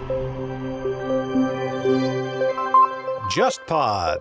JustPod。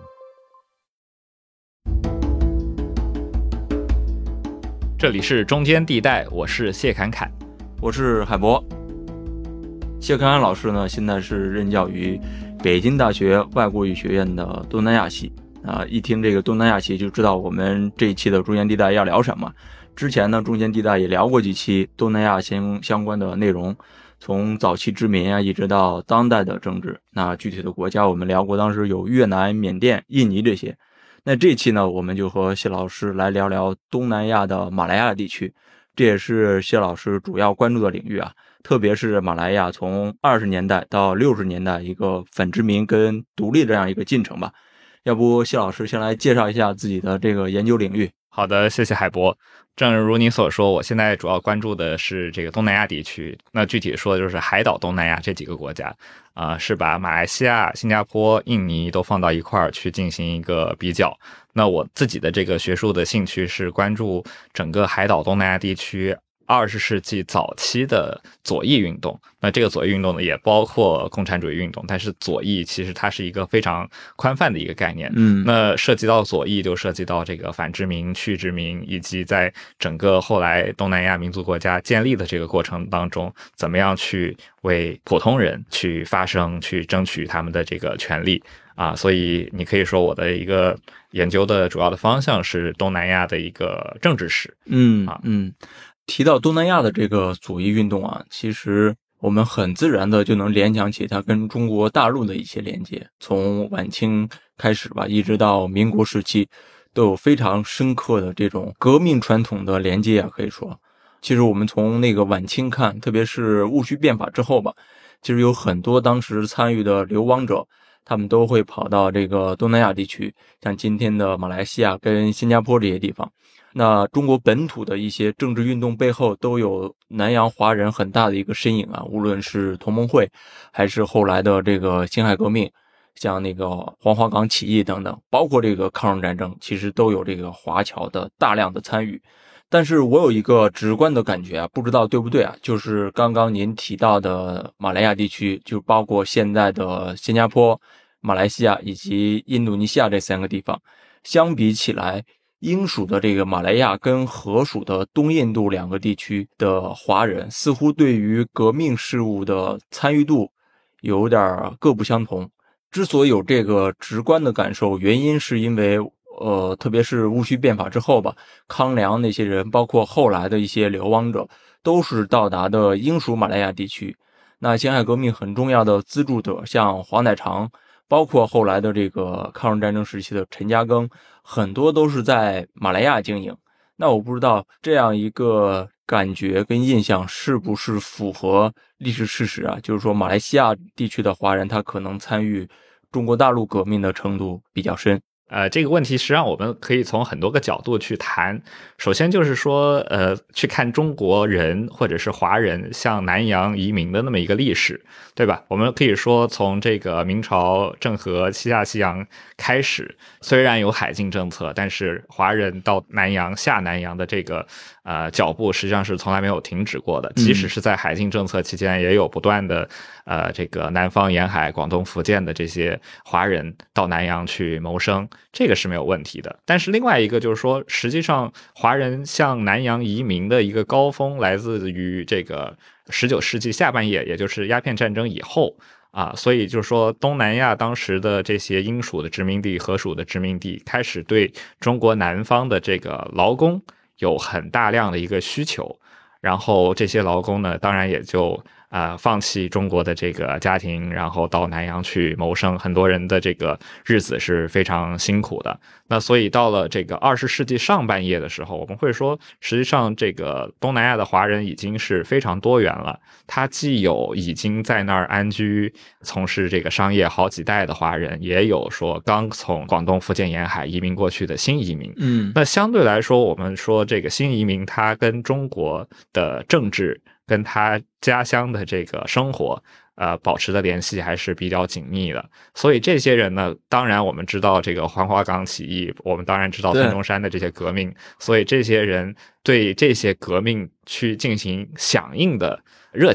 这里是中间地带，我是谢侃侃， 我是海博。谢侃侃老师呢，现在是任教于北京大学外国语学院的东南亚系一听这个东南亚系就知道我们这一期的中间地带要聊什么。之前呢，中间地带也聊过几期东南亚相关的内容，从早期殖民一直到当代的政治。那具体的国家我们聊过，当时有越南、缅甸、印尼这些。那这期呢，我们就和谢老师来聊聊东南亚的马来亚地区，这也是谢老师主要关注的领域特别是马来亚从20年代到60年代一个反殖民跟独立这样一个进程吧。要不谢老师先来介绍一下自己的这个研究领域。 好的，谢谢海博。正如你所说，我现在主要关注的是这个东南亚地区，那具体说的就是海岛东南亚这几个国家是把马来西亚、新加坡、印尼都放到一块儿去进行一个比较。那我自己的这个学术的兴趣是关注整个海岛东南亚地区20世纪早期的左翼运动。那这个左翼运动呢，也包括共产主义运动，但是左翼其实它是一个非常宽泛的一个概念。那涉及到左翼就涉及到这个反殖民、去殖民，以及在整个后来东南亚民族国家建立的这个过程当中，怎么样去为普通人去发声，去争取他们的这个权利所以你可以说我的一个研究的主要的方向是东南亚的一个政治史。 提到东南亚的这个左翼运动其实我们很自然的就能联想起它跟中国大陆的一些连接，从晚清开始吧，一直到民国时期都有非常深刻的这种革命传统的连接可以说。其实我们从那个晚清看，特别是戊戌变法之后吧，其实有很多当时参与的流亡者，他们都会跑到这个东南亚地区，像今天的马来西亚跟新加坡这些地方。那中国本土的一些政治运动背后都有南洋华人很大的一个身影无论是同盟会还是后来的这个辛亥革命，像那个黄花岗起义等等，包括这个抗日战争，其实都有这个华侨的大量的参与。但是我有一个直观的感觉不知道对不对就是刚刚您提到的马来亚地区，就包括现在的新加坡、马来西亚以及印度尼西亚这3个地方，相比起来，英属的这个马来亚跟荷属的东印度2个地区的华人似乎对于革命事务的参与度有点各不相同。之所以有这个直观的感受，原因是因为特别是戊戌变法之后吧，康梁那些人包括后来的一些流亡者都是到达的英属马来亚地区。那辛亥革命很重要的资助者像黄乃裳，包括后来的这个抗日战争时期的陈嘉庚，很多都是在马来亚经营。那我不知道这样一个感觉跟印象是不是符合历史事实就是说马来西亚地区的华人他可能参与中国大陆革命的程度比较深。 这个问题实际上我们可以从很多个角度去谈。首先就是说去看中国人或者是华人向南洋移民的那么一个历史，对吧？我们可以说从这个明朝郑和七下西洋开始，虽然有海禁政策，但是华人到南洋下南洋的这个脚步实际上是从来没有停止过的。即使是在海禁政策期间，也有不断的这个南方沿海、广东、福建的这些华人到南洋去谋生，这个是没有问题的。但是另外一个就是说，实际上华人向南洋移民的一个高峰来自于这个19世纪下半叶，也就是鸦片战争以后所以就是说东南亚当时的这些英属的殖民地、荷属的殖民地开始对中国南方的这个劳工有很大量的一个需求，然后这些劳工呢，当然也就放弃中国的这个家庭，然后到南洋去谋生，很多人的这个日子是非常辛苦的。那所以到了这个20世纪上半叶的时候，我们会说实际上这个东南亚的华人已经是非常多元了，他既有已经在那儿安居从事这个商业好几代的华人，也有说刚从广东福建沿海移民过去的新移民。那相对来说，我们说这个新移民他跟中国的政治跟他家乡的这个生活保持的联系还是比较紧密的。所以这些人呢，当然我们知道这个黄花岗起义，我们当然知道孙中山的这些革命，所以这些人对这些革命去进行响应的热情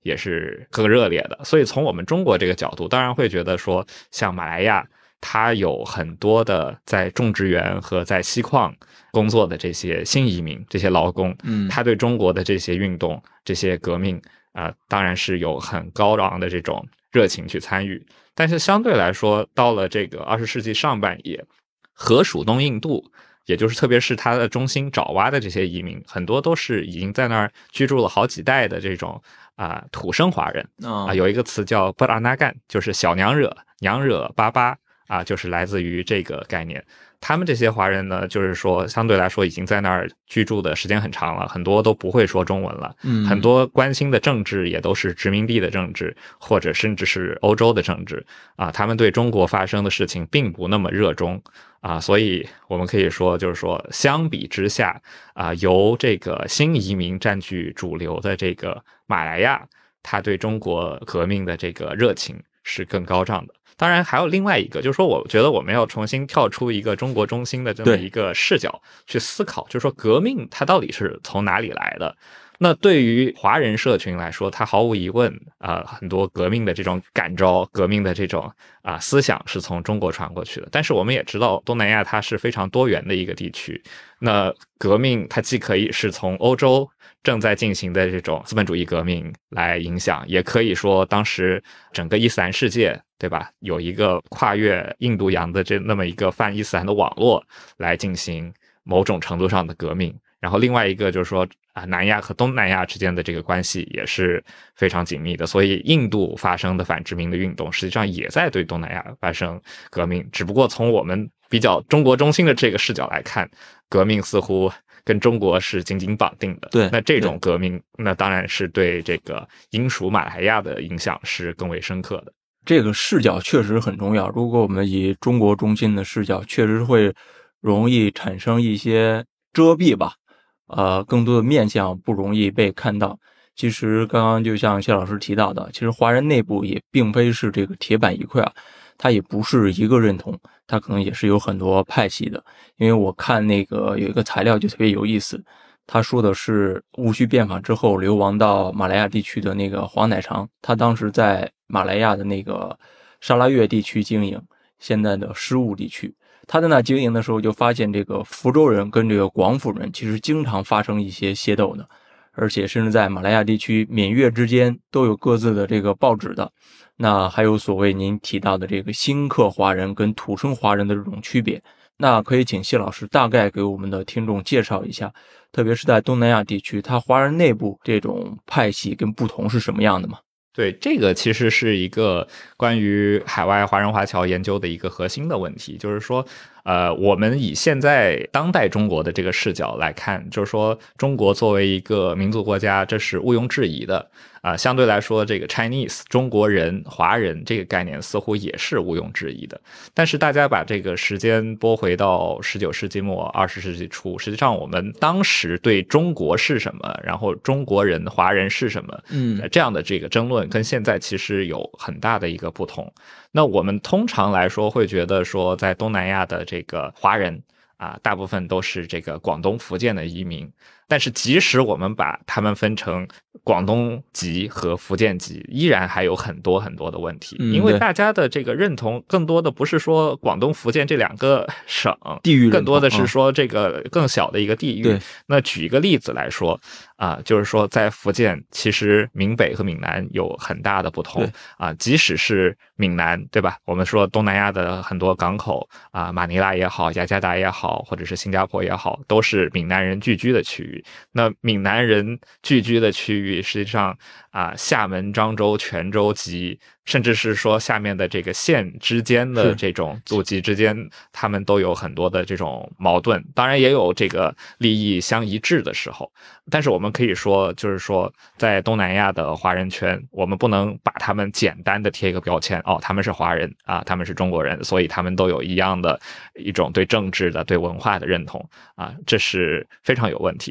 也是更热烈的。所以从我们中国这个角度，当然会觉得说，像马来亚，它有很多的在种植园和在锡矿工作的这些新移民、这些劳工，他对中国的这些运动、这些革命当然是有很高昂的这种热情去参与。但是相对来说，到了这个20世纪上半叶，河属东印度，也就是特别是它的中心爪哇的这些移民，很多都是已经在那儿居住了好几代的这种土生华人有一个词叫布拉纳干，就是小娘惹、娘惹巴巴就是来自于这个概念。他们这些华人呢，就是说相对来说已经在那儿居住的时间很长了，很多都不会说中文了，很多关心的政治也都是殖民地的政治，或者甚至是欧洲的政治他们对中国发生的事情并不那么热衷所以我们可以说，就是说相比之下由这个新移民占据主流的这个马来亚，他对中国革命的这个热情是更高涨的。当然还有另外一个，就是说我觉得我们要重新跳出一个中国中心的这么一个视角去思考，就是说革命它到底是从哪里来的。那对于华人社群来说，它毫无疑问很多革命的这种感召、革命的这种思想是从中国传过去的。但是我们也知道东南亚它是非常多元的一个地区，那革命它既可以是从欧洲正在进行的这种资本主义革命来影响，也可以说当时整个伊斯兰世界，对吧，有一个跨越印度洋的那么一个泛伊斯兰的网络来进行某种程度上的革命。然后另外一个就是说南亚和东南亚之间的这个关系也是非常紧密的，所以印度发生的反殖民的运动实际上也在对东南亚发生革命，只不过从我们比较中国中心的这个视角来看，革命似乎跟中国是紧紧绑定的。 对， 那这种革命那当然是对这个英属马来亚的影响是更为深刻的。 这个视角确实很重要，如果我们以中国中心的视角，确实会容易产生一些遮蔽吧，更多的面向不容易被看到。其实刚刚就像谢老师提到的，其实华人内部也并非是这个铁板一块它也不是一个认同，它可能也是有很多派系的。因为我看那个有一个材料就特别有意思，他说的是戊戌变法之后流亡到马来亚地区的那个黄乃长，他当时在马来亚的那个沙拉越地区经营，现在的失务地区。他在那经营的时候就发现这个福州人跟这个广府人其实经常发生一些械斗的，而且甚至在马来亚地区闽粤之间都有各自的这个报纸的。那还有所谓您提到的这个新客华人跟土生华人的这种区别，那可以请谢老师大概给我们的听众介绍一下，特别是在东南亚地区，它华人内部这种派系跟不同是什么样的吗？ 对，这个其实是一个关于海外华人华侨研究的一个核心的问题，就是说我们以现在当代中国的这个视角来看，就是说中国作为一个民族国家，这是毋庸置疑的相对来说这个 Chinese 中国人、华人这个概念似乎也是毋庸置疑的。但是大家把这个时间拨回到19世纪末20世纪初，实际上我们当时对中国是什么，然后中国人、华人是什么这样的这个争论跟现在其实有很大的一个不同。那我们通常来说会觉得说，在东南亚的这个华人大部分都是这个广东、福建的移民，但是即使我们把他们分成广东籍和福建籍，依然还有很多很多的问题，因为大家的这个认同更多的不是说广东、福建这两个省地域， 更多的是说这个更小的一个地域。那举一个例子来说就是说在福建，其实闽北和闽南有很大的不同即使是闽南，对吧？我们说东南亚的很多港口马尼拉也好，雅加达也好，或者是新加坡也好，都是闽南人聚居的区域。那闽南人聚居的区域，实际上厦门、漳州、泉州及甚至是说下面的这个县之间的这种祖籍之间，他们都有很多的这种矛盾，当然也有这个利益相一致的时候。但是我们可以说，就是说在东南亚的华人圈，我们不能把他们简单的贴一个标签他们是华人他们是中国人，所以他们都有一样的一种对政治的、对文化的认同这是非常有问题的。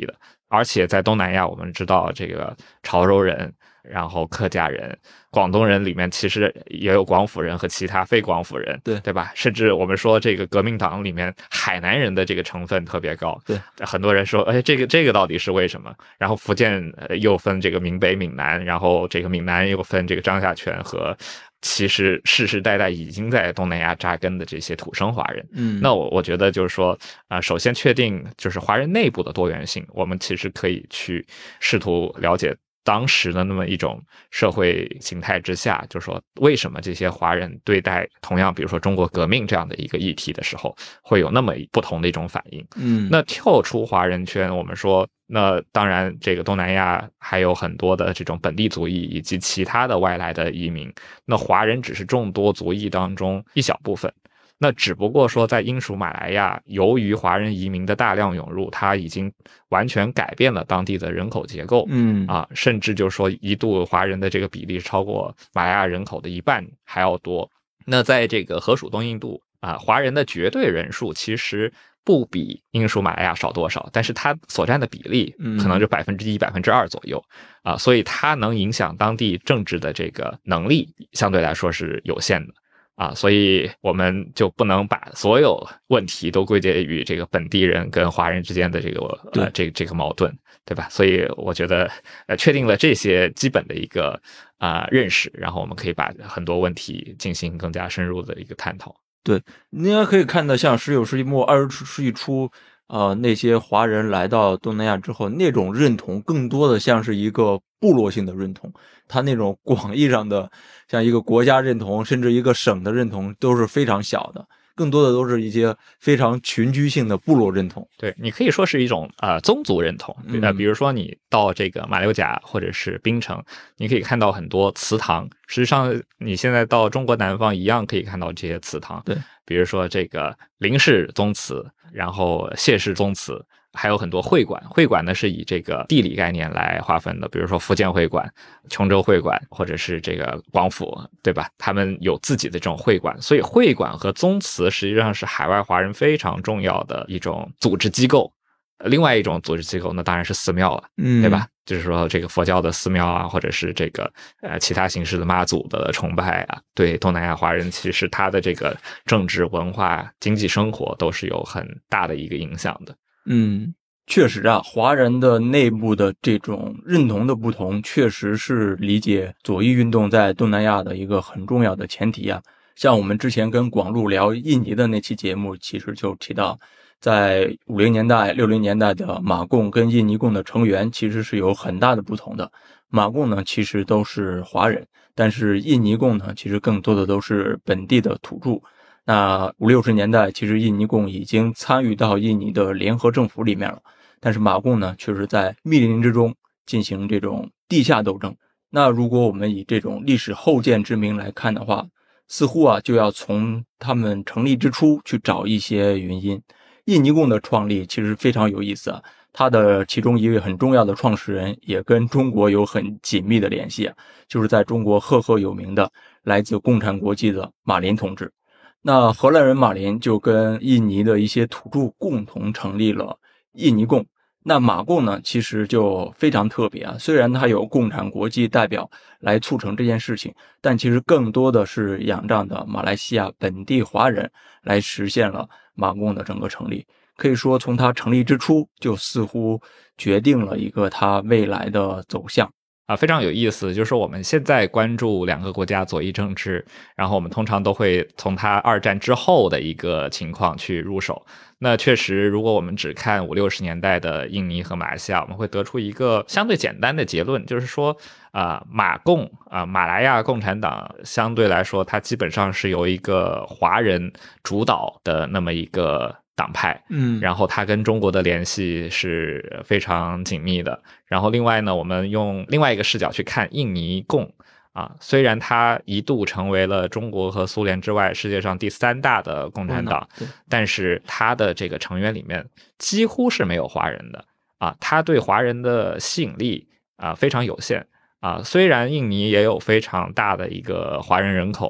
而且在东南亚，我们知道这个潮州人，然后客家人、广东人里面其实也有广府人和其他非广府人， 对吧？甚至我们说这个革命党里面海南人的这个成分特别高， 对， 很多人说，哎，这个到底是为什么？然后福建又分这个闽北、闽南，然后这个闽南又分这个张夏泉和其实世世代代已经在东南亚扎根的这些土生华人。那我觉得就是说首先确定就是华人内部的多元性，我们其实可以去试图了解当时的那么一种社会形态之下，就是说为什么这些华人对待同样比如说中国革命这样的一个议题的时候会有那么不同的一种反应。那跳出华人圈，我们说那当然这个东南亚还有很多的这种本地族裔以及其他的外来的移民，那华人只是众多族裔当中一小部分。那只不过说在英属马来亚，由于华人移民的大量涌入，它已经完全改变了当地的人口结构，甚至就是说一度华人的这个比例超过马来亚人口的一半还要多。那在这个荷属东印度华人的绝对人数其实不比英属马来亚少多少，但是它所占的比例可能就1%、2%左右所以它能影响当地政治的这个能力相对来说是有限的。所以我们就不能把所有问题都归结于这个本地人跟华人之间的这个这个矛盾，对吧？所以我觉得确定了这些基本的一个认识，然后我们可以把很多问题进行更加深入的一个探讨。 对，你也可以看到像19世纪末20世纪初那些华人来到东南亚之后，那种认同更多的像是一个部落性的认同，他那种广义上的像一个国家认同甚至一个省的认同都是非常小的，更多的都是一些非常群居性的部落认同。 对，你可以说是一种宗族认同。比如说你到这个马六甲或者是槟城，你可以看到很多祠堂，实际上你现在到中国南方一样可以看到这些祠堂。 对， 比如说这个林氏宗祠，然后谢氏宗祠，还有很多会馆。会馆呢是以这个地理概念来划分的，比如说福建会馆、琼州会馆，或者是这个广府，对吧？他们有自己的这种会馆，所以会馆和宗祠实际上是海外华人非常重要的一种组织机构。另外一种组织机构那当然是寺庙了，对吧？就是说这个佛教的寺庙或者是这个其他形式的妈祖的崇拜对东南亚华人其实他的这个政治文化经济生活都是有很大的一个影响的。 确实华人的内部的这种认同的不同确实是理解左翼运动在东南亚的一个很重要的前提像我们之前跟广路聊印尼的那期节目其实就提到，在50年代60年代的马共跟印尼共的成员其实是有很大的不同的。马共呢其实都是华人，但是印尼共呢其实更多的都是本地的土著。那50、60年代其实印尼共已经参与到印尼的联合政府里面了，但是马共呢却是在密林之中进行这种地下斗争。那如果我们以这种历史后见之明来看的话，似乎就要从他们成立之初去找一些原因。印尼共的创立其实非常有意思他的其中一位很重要的创始人也跟中国有很紧密的联系就是在中国赫赫有名的来自共产国际的马林同志。那荷兰人马林就跟印尼的一些土著共同成立了印尼共。那马共呢其实就非常特别虽然它有共产国际代表来促成这件事情，但其实更多的是仰仗的马来西亚本地华人来实现了马共的整个成立。可以说从它成立之初就似乎决定了一个它未来的走向非常有意思，就是我们现在关注两个国家左翼政治，然后我们通常都会从它二战之后的一个情况去入手。那确实如果我们只看50、60年代的印尼和马来西亚，我们会得出一个相对简单的结论，就是说马共马来亚共产党相对来说它基本上是由一个华人主导的那么一个党派，然后它跟中国的联系是非常紧密的。然后另外呢，我们用另外一个视角去看印尼共虽然它一度成为了中国和苏联之外世界上第3大的共产党，但是它的这个成员里面几乎是没有华人的它对华人的吸引力非常有限虽然印尼也有非常大的一个华人人口，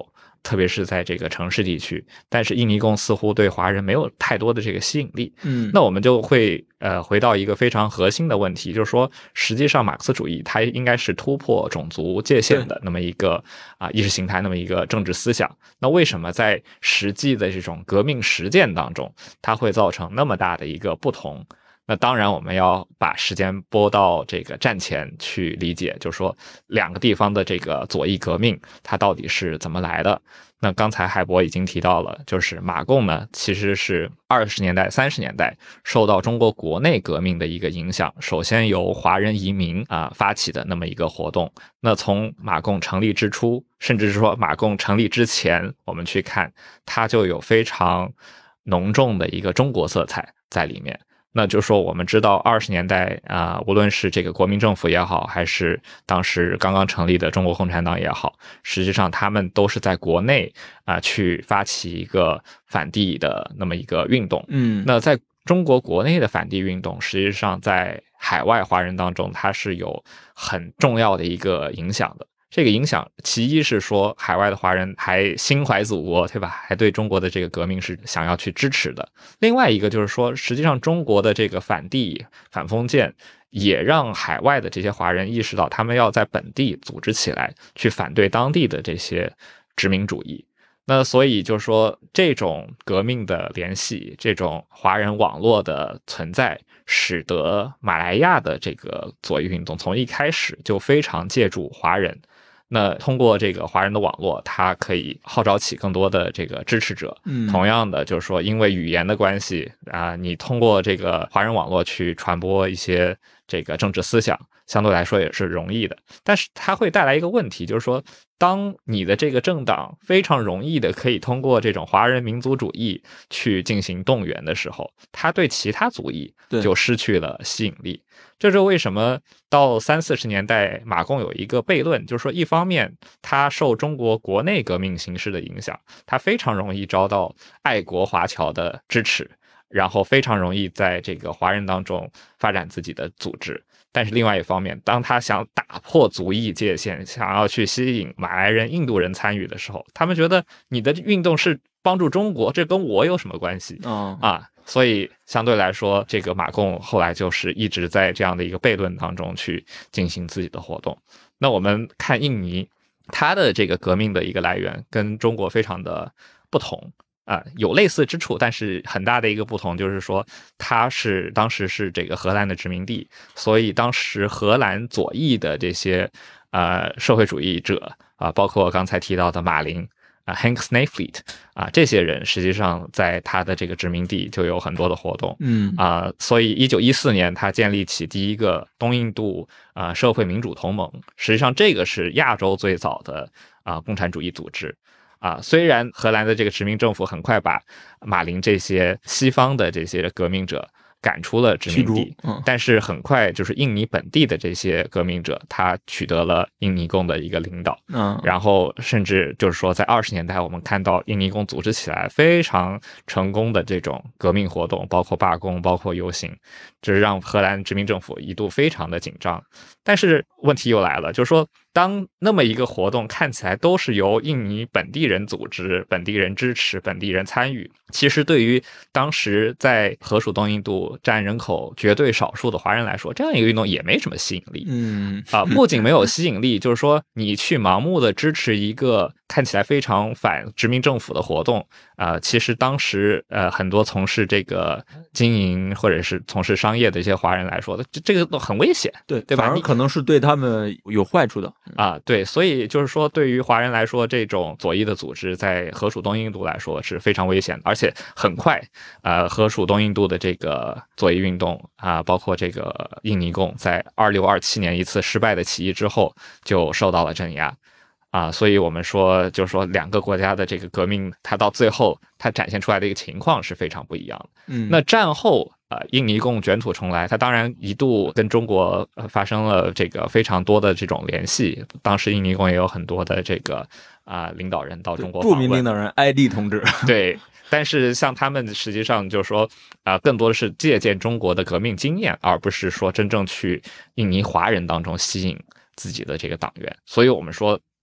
特别是在这个城市地区，但是印尼共似乎对华人没有太多的这个吸引力。那我们就会回到一个非常核心的问题，就是说实际上马克思主义它应该是突破种族界限的那么一个意识形态，那么一个政治思想。那为什么在实际的这种革命实践当中，它会造成那么大的一个不同？那当然我们要把时间拨到这个战前去理解，就是说两个地方的这个左翼革命它到底是怎么来的。那刚才海博已经提到了，就是马共呢其实是20年代30年代受到中国国内革命的一个影响，首先由华人移民发起的那么一个活动。那从马共成立之初，甚至是说马共成立之前，我们去看它就有非常浓重的一个中国色彩在里面。那就是说我们知道20年代无论是这个国民政府也好，还是当时刚刚成立的中国共产党也好，实际上他们都是在国内去发起一个反帝的那么一个运动。那在中国国内的反帝运动，实际上在海外华人当中它是有很重要的一个影响的。这个影响其一是说海外的华人还心怀祖国，对吧？还对中国的这个革命是想要去支持的。另外一个就是说，实际上中国的这个反帝反封建也让海外的这些华人意识到他们要在本地组织起来去反对当地的这些殖民主义。那所以就是说这种革命的联系，这种华人网络的存在，使得马来亚的这个左翼运动从一开始就非常借助华人。那通过这个华人的网络，它可以号召起更多的这个支持者。同样的就是说因为语言的关系你通过这个华人网络去传播一些这个政治思想，相对来说也是容易的。但是它会带来一个问题，就是说当你的这个政党非常容易的可以通过这种华人民族主义去进行动员的时候，它对其他族裔就失去了吸引力。这是为什么到30-40年代马共有一个悖论，就是说一方面它受中国国内革命形势的影响，它非常容易遭到爱国华侨的支持，然后非常容易在这个华人当中发展自己的组织。但是另外一方面，当他想打破族裔界限，想要去吸引马来人、印度人参与的时候，他们觉得你的运动是帮助中国，这跟我有什么关系所以相对来说，这个马共后来就是一直在这样的一个悖论当中去进行自己的活动。那我们看印尼，它的这个革命的一个来源跟中国非常的不同有类似之处，但是很大的一个不同就是说，它是当时是这个荷兰的殖民地，所以当时荷兰左翼的这些社会主义者包括刚才提到的马林Hank Sneyfleet 这些人实际上在他的这个殖民地就有很多的活动。所以1914年他建立起第一个东印度社会民主同盟，实际上这个是亚洲最早的共产主义组织。虽然荷兰的这个殖民政府很快把马林这些西方的这些革命者赶出了殖民地，但是很快就是印尼本地的这些革命者，他取得了印尼共的一个领导，然后甚至就是说在20年代我们看到印尼共组织起来非常成功的这种革命活动，包括罢工，包括游行，这是让荷兰殖民政府一度非常的紧张。但是问题又来了，就是说当那么一个活动看起来都是由印尼本地人组织、本地人支持、本地人参与，其实对于当时在荷属东印度占人口绝对少数的华人来说，这样一个运动也没什么吸引力。不仅没有吸引力，就是说你去盲目的支持一个看起来非常反殖民政府的活动其实当时很多从事这个经营或者是从事商业的一些华人来说，这个都很危险，对吧？ 反而可能是对他们有坏处的对，所以就是说对于华人来说，这种左翼的组织在荷属东印度来说是非常危险的，而且很快荷属东印度的这个左翼运动包括这个印尼共在26-27年一次失败的起义之后就受到了镇压所以我们说就是说两个国家的这个革命它到最后它展现出来的一个情况是非常不一样的。那战后印尼共卷土重来，它当然一度跟中国发生了这个非常多的这种联系，当时印尼共也有很多的这个领导人到中国访问， 著名领导人艾蒂同志对，但是像他们实际上就是说更多的是借鉴中国的革命经验，而不是说真正去印尼华人当中吸引自己的这个党员。所以我们说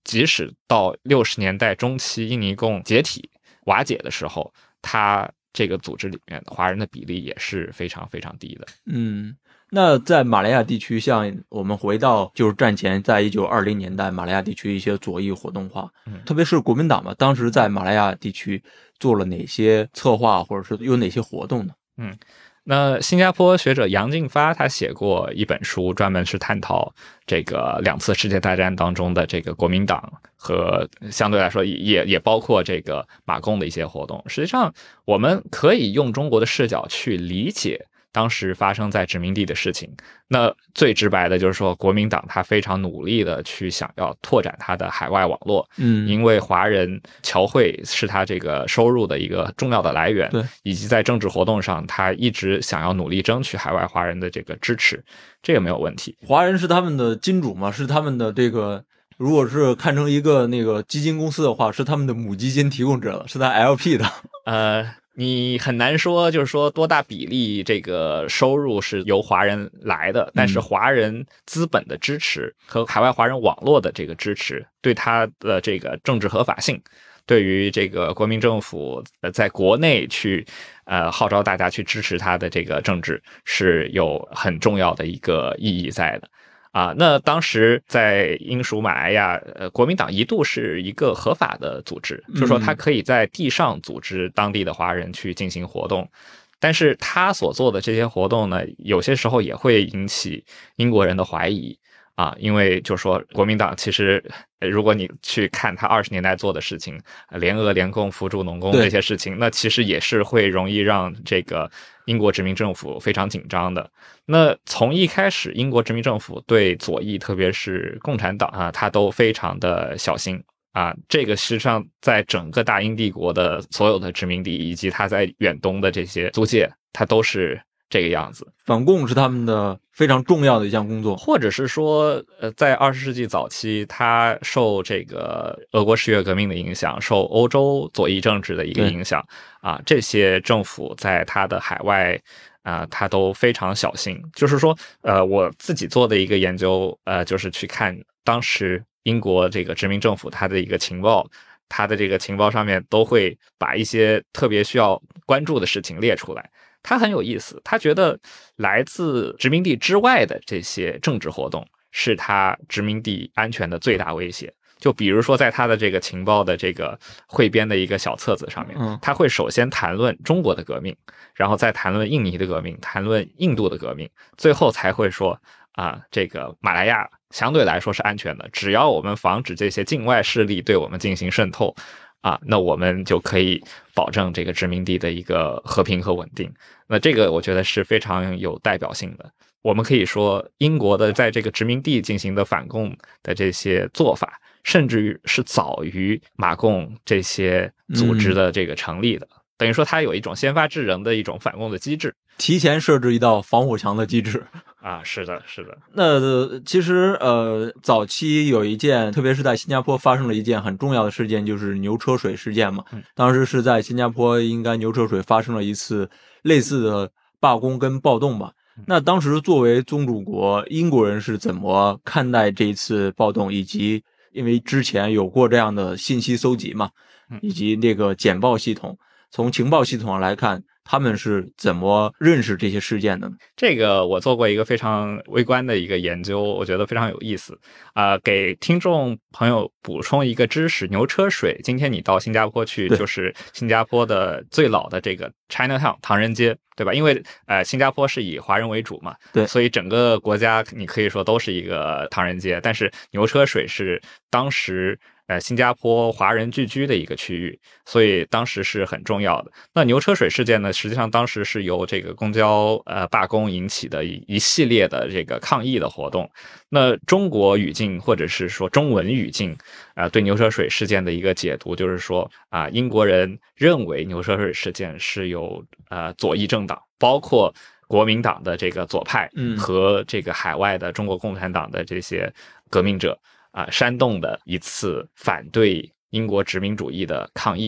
即使到60年代中期印尼共解体瓦解的时候，它这个组织里面华人的比例也是非常非常低的。 那在马来亚地区，像我们回到就是战前，在1920年代马来亚地区一些左翼活动化，特别是国民党嘛，当时在马来亚地区做了哪些策划，或者是有哪些活动呢？ 那新加坡学者杨进发他写过一本书，专门是探讨这个2次世界大战当中的这个国民党和相对来说也包括这个马共的一些活动。实际上，我们可以用中国的视角去理解当时发生在殖民地的事情。那最直白的就是说，国民党他非常努力的去想要拓展他的海外网络，因为华人侨汇是他这个收入的一个重要的来源， 对， 以及在政治活动上，他一直想要努力争取海外华人的这个支持，这个没有问题。 华人是他们的金主嘛，是他们的这个，如果是看成一个那个基金公司的话，是他们的母基金提供者了，是他 LP 的。 你很难说，就是说多大比例这个收入是由华人来的，但是华人资本的支持和海外华人网络的这个支持，对他的这个政治合法性，对于这个国民政府在国内去号召大家去支持他的这个政治是有很重要的一个意义在的。那当时在英属马来亚，国民党一度是一个合法的组织，就是说他可以在地上组织当地的华人去进行活动，但是他所做的这些活动呢，有些时候也会引起英国人的怀疑。因为就是说国民党其实如果你去看他20年代做的事情，联俄联共扶助农工这些事情，那其实也是会容易让这个英国殖民政府非常紧张的。那从一开始英国殖民政府对左翼特别是共产党他都非常的小心这个实际上在整个大英帝国的所有的殖民地以及他在远东的这些租界，它都是这个样子。 反共是他们的非常重要的一项工作， 或者是说在20世纪早期，他受这个俄国十月革命的影响，受欧洲左翼政治的一个影响这些政府在他的海外他都非常小心。就是说我自己做的一个研究就是去看当时英国这个殖民政府它的一个情报，它的这个情报上面都会把一些特别需要关注的事情列出来。他很有意思，他觉得来自殖民地之外的这些政治活动是他殖民地安全的最大威胁。就比如说在他的这个情报的这个汇编的一个小册子上面，他会首先谈论中国的革命，然后再谈论印尼的革命，谈论印度的革命，最后才会说这个马来亚相对来说是安全的，只要我们防止这些境外势力对我们进行渗透那我们就可以保证这个殖民地的一个和平和稳定。那这个我觉得是非常有代表性的。我们可以说英国的在这个殖民地进行的反共的这些做法，甚至于是早于马共这些组织的这个成立的，等于说它有一种先发制人的一种反共的机制， 提前设置一道防火墙的机制是的，是的。 那其实早期有一件，特别是在新加坡发生了一件很重要的事件，就是牛车水事件嘛。当时是在新加坡，应该牛车水发生了一次类似的罢工跟暴动吧。那当时作为宗主国，英国人是怎么看待这一次暴动，以及因为之前有过这样的信息搜集嘛，以及那个简报系统，从情报系统上来看，他们是怎么认识这些事件的呢？ 这个我做过一个非常微观的一个研究，我觉得非常有意思。给听众朋友补充一个知识，牛车水，今天你到新加坡去，就是新加坡的最老的这个 Chinatown 唐人街，对吧？因为新加坡是以华人为主嘛， 对， 所以整个国家你可以说都是一个唐人街，但是牛车水是当时新加坡华人聚居的一个区域，所以当时是很重要的。那牛车水事件呢，实际上当时是由这个公交罢工引起的一系列的这个抗议的活动。那中国语境或者是说中文语境对牛车水事件的一个解读就是说英国人认为牛车水事件是由左翼政党，包括国民党的这个左派和这个海外的中国共产党的这些革命者煽动的一次反对英国殖民主义的抗议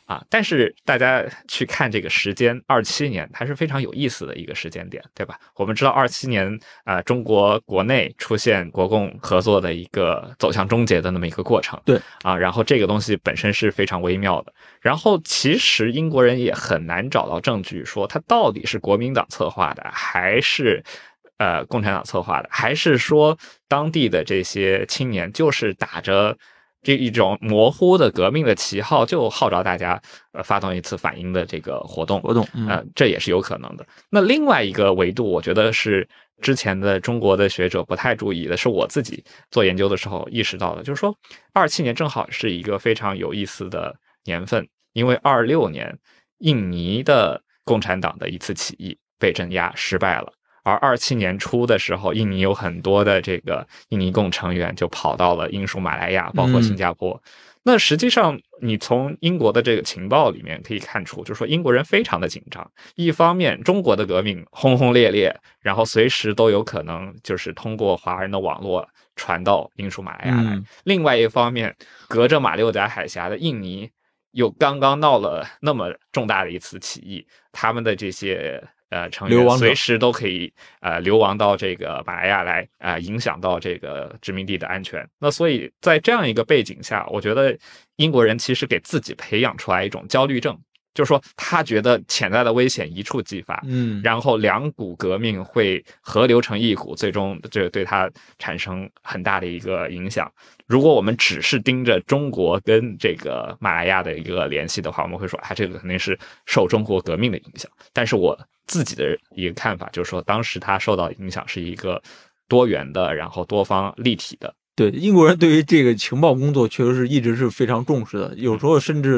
但是大家去看这个时间，27年它是非常有意思的一个时间点，对吧？我们知道27年中国国内出现国共合作的一个走向终结的那么一个过程， 对然后这个东西本身是非常微妙的。然后其实英国人也很难找到证据说它到底是国民党策划的，还是共产党策划的，还是说当地的这些青年就是打着这一种模糊的革命的旗号，就号召大家发动一次反英的这个活动，这也是有可能的。那另外一个维度，我觉得是之前的中国的学者不太注意的，是我自己做研究的时候意识到的，就是说27年正好是一个非常有意思的年份，因为26年印尼的共产党的一次起义被镇压失败了。而27年初的时候，印尼有很多的这个印尼共成员就跑到了英属马来亚，包括新加坡。那实际上，你从英国的这个情报里面可以看出，就是说英国人非常的紧张。一方面，中国的革命轰轰烈烈，然后随时都有可能就是通过华人的网络传到英属马来亚来。另外一方面，隔着马六甲海峡的印尼又刚刚闹了那么重大的一次起义，他们的这些成员随时都可以流亡到这个马来亚来影响到这个殖民地的安全。那所以在这样一个背景下，我觉得英国人其实给自己培养出来一种焦虑症，就是说他觉得潜在的危险一触即发，然后两股革命会合流成一股，最终这对他产生很大的一个影响。如果我们只是盯着中国跟这个马来亚的一个联系的话，我们会说这个肯定是受中国革命的影响。但是我自己的一个看法就是说，当时他受到的影响是一个多元的，然后多方立体的。 对，英国人对于这个情报工作确实是一直是非常重视的，有时候甚至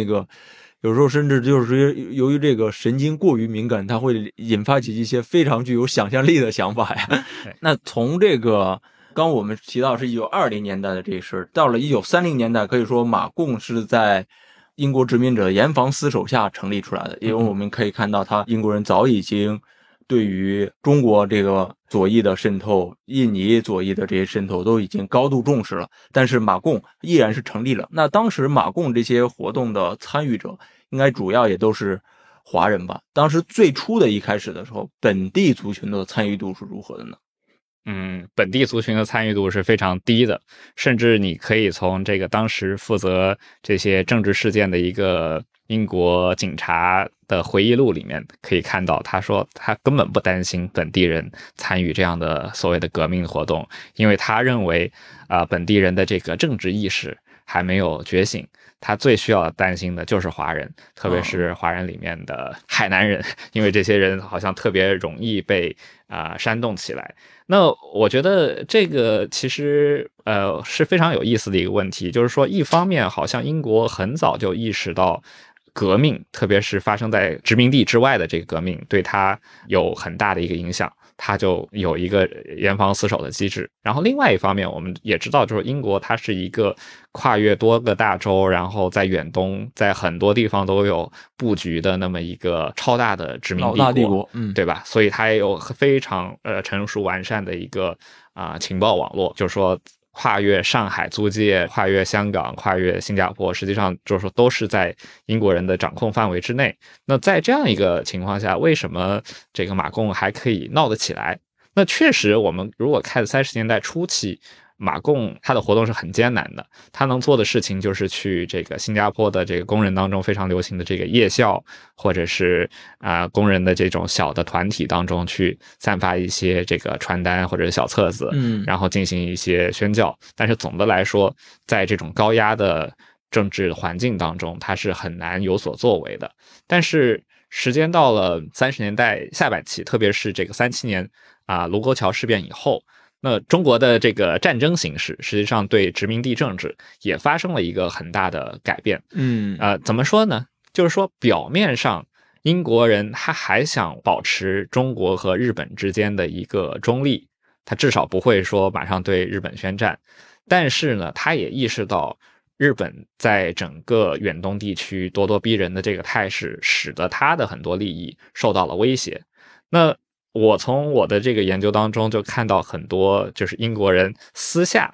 就是由于这个神经过于敏感，它会引发起一些非常具有想象力的想法呀。那从这个刚我们提到是1920年代的这事，到了1930年代，可以说马共是在英国殖民者严防死守下成立出来的，因为我们可以看到英国人早已经对于中国这个左翼的渗透，印尼左翼的这些渗透都已经高度重视了，但是马共依然是成立了。那当时马共这些活动的参与者应该主要也都是华人吧？当时最初的一开始的时候，本地族群的参与度是如何的呢？ 本地族群的参与度是非常低的，甚至你可以从这个当时负责这些政治事件的一个英国警察的回忆录里面可以看到，他说他根本不担心本地人参与这样的所谓的革命活动，因为他认为本地人的这个政治意识还没有觉醒，他最需要担心的就是华人，特别是华人里面的海南人，因为这些人好像特别容易被煽动起来。那我觉得这个其实是非常有意思的一个问题，就是说一方面好像英国很早就意识到革命，特别是发生在殖民地之外的这个革命对它有很大的一个影响，它就有一个严防死守的机制。然后另外一方面我们也知道，就是英国它是一个跨越多个大洲，然后在远东在很多地方都有布局的那么一个超大的殖民帝国，对吧？所以它也有非常成熟完善的一个情报网络，就是说跨越上海租界，跨越香港，跨越新加坡，实际上就是说都是在英国人的掌控范围之内。那在这样一个情况下，为什么这个马共还可以闹得起来？那确实我们如果看30年代初期，马共他的活动是很艰难的，他能做的事情就是去这个新加坡的这个工人当中非常流行的这个夜校，或者是工人的这种小的团体当中去散发一些这个传单或者小册子，然后进行一些宣教。但是总的来说，在这种高压的政治环境当中，他是很难有所作为的。但是时间到了30年代下半期，特别是这个37年卢沟桥事变以后，那中国的这个战争形势实际上对殖民地政治也发生了一个很大的改变。怎么说呢？就是说表面上英国人他还想保持中国和日本之间的一个中立，他至少不会说马上对日本宣战，但是呢，他也意识到日本在整个远东地区咄咄逼人的这个态势，使得他的很多利益受到了威胁。那我从我的这个研究当中就看到很多就是英国人私下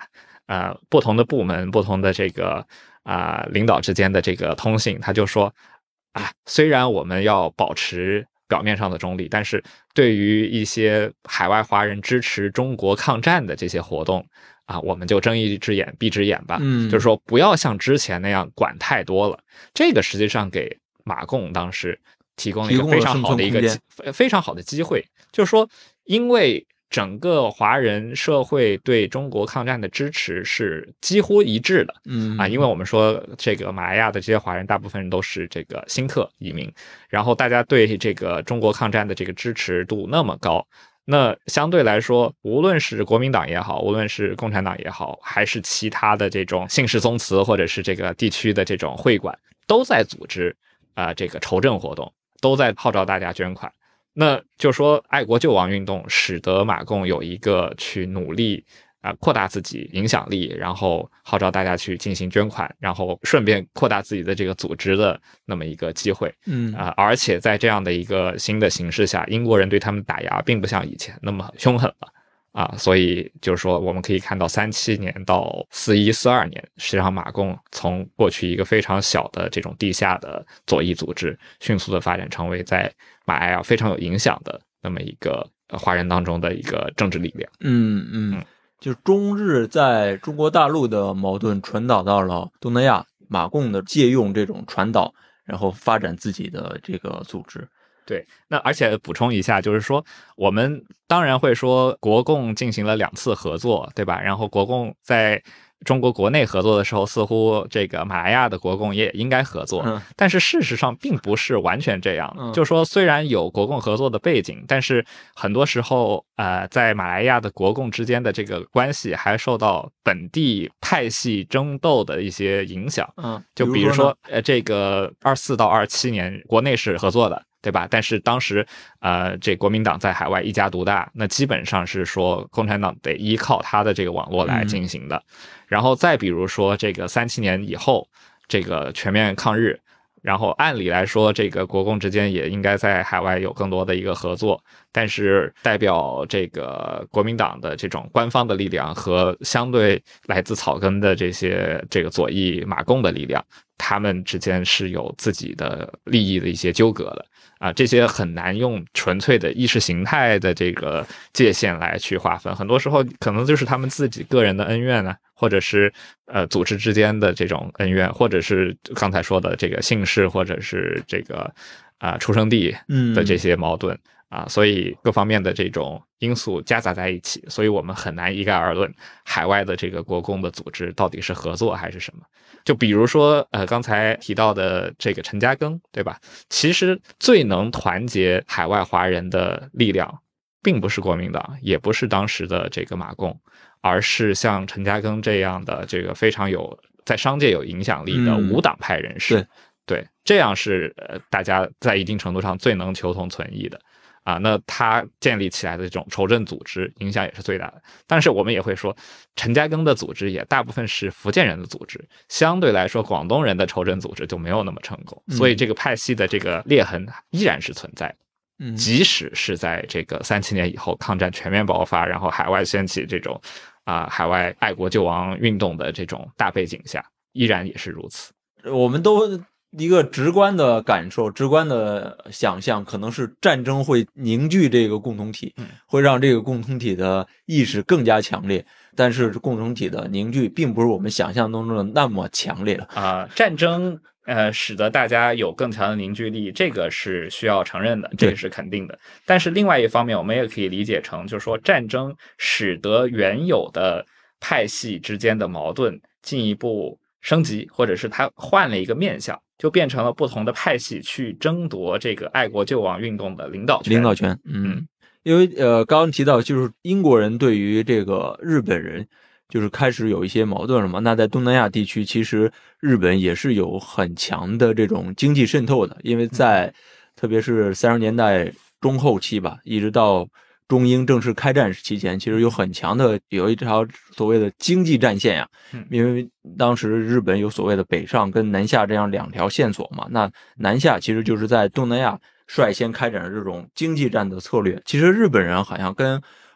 不同的部门、不同的这个领导之间的这个通信，他就说虽然我们要保持表面上的中立，但是对于一些海外华人支持中国抗战的这些活动我们就睁一只眼闭只眼吧，就是说不要像之前那样管太多了。这个实际上给马共当时提供了一个非常好的机会，就是说因为整个华人社会对中国抗战的支持是几乎一致的，因为我们说这个马来亚的这些华人大部分人都是这个新特移民，然后大家对这个中国抗战的这个支持度那么高，那相对来说，无论是国民党也好，无论是共产党也好，还是其他的这种姓氏宗祠或者是这个地区的这种会馆，都在组织这个筹赈活动，都在号召大家捐款。那就说爱国救亡运动使得马共有一个去努力扩大自己影响力，然后号召大家去进行捐款，然后顺便扩大自己的这个组织的那么一个机会。而且在这样的一个新的形势下，英国人对他们打压并不像以前那么凶狠了所以就是说我们可以看到37年到41、42年，实际上马共从过去一个非常小的这种地下的左翼组织，迅速的发展成为在马来亚非常有影响的那么一个华人当中的一个政治力量。 就是中日在中国大陆的矛盾传导到了东南亚，马共的借用这种传导，然后发展自己的这个组织。 对，那而且补充一下，就是说我们当然会说国共进行了2次合作，对吧？然后国共在中国国内合作的时候，似乎这个马来亚的国共也应该合作，但是事实上并不是完全这样。就是说虽然有国共合作的背景，但是很多时候在马来亚的国共之间的这个关系还受到本地派系争斗的一些影响。就比如说这个24到27年国内是合作的，对吧？但是当时这国民党在海外一家独大，那基本上是说共产党得依靠他的这个网络来进行的。然后再比如说这个37年以后这个全面抗日，然后按理来说这个国共之间也应该在海外有更多的一个合作，但是代表这个国民党的这种官方的力量和相对来自草根的这个左翼马共的力量，他们之间是有自己的利益的一些纠葛的这些很难用纯粹的意识形态的这个界限来去划分，很多时候可能就是他们自己个人的恩怨呢，或者是组织之间的这种恩怨，或者是刚才说的这个姓氏，或者是这个出生地的这些矛盾所以各方面的这种因素夹杂在一起，所以我们很难一概而论海外的这个国共的组织到底是合作还是什么。就比如说刚才提到的这个陈嘉庚，对吧？其实最能团结海外华人的力量并不是国民党，也不是当时的这个马共，而是像陈嘉庚这样的这个非常有在商界有影响力的无党派人士。对，这样是大家在一定程度上最能求同存异的那他建立起来的这种筹赈组织影响也是最大的。但是我们也会说陈嘉庚的组织也大部分是福建人的组织，相对来说广东人的筹赈组织就没有那么成功，所以这个派系的这个裂痕依然是存在的。即使是在这个37年以后抗战全面爆发，然后海外掀起这种海外爱国救亡运动的这种大背景下，依然也是如此。 我们都一个直观的感受，直观的想象，可能是战争会凝聚这个共同体，会让这个共同体的意识更加强烈。但是共同体的凝聚并不是我们想象当中的那么强烈战争使得大家有更强的凝聚力，这个是需要承认的，这个是肯定的。但是另外一方面，我们也可以理解成，就是说战争使得原有的派系之间的矛盾进一步升级，或者是它换了一个面向，就变成了不同的派系去争夺这个爱国救亡运动的领导权。 因为刚刚提到就是英国人对于这个日本人就是开始有一些矛盾了嘛。那在东南亚地区，其实日本也是有很强的这种经济渗透的，因为在特别是30年代中后期吧，一直到中英正式开战期间，其实有很强的有一条所谓的经济战线因为当时日本有所谓的北上跟南下这样2条线索嘛。那南下其实就是在东南亚率先开展这种经济战的策略。其实日本人好像跟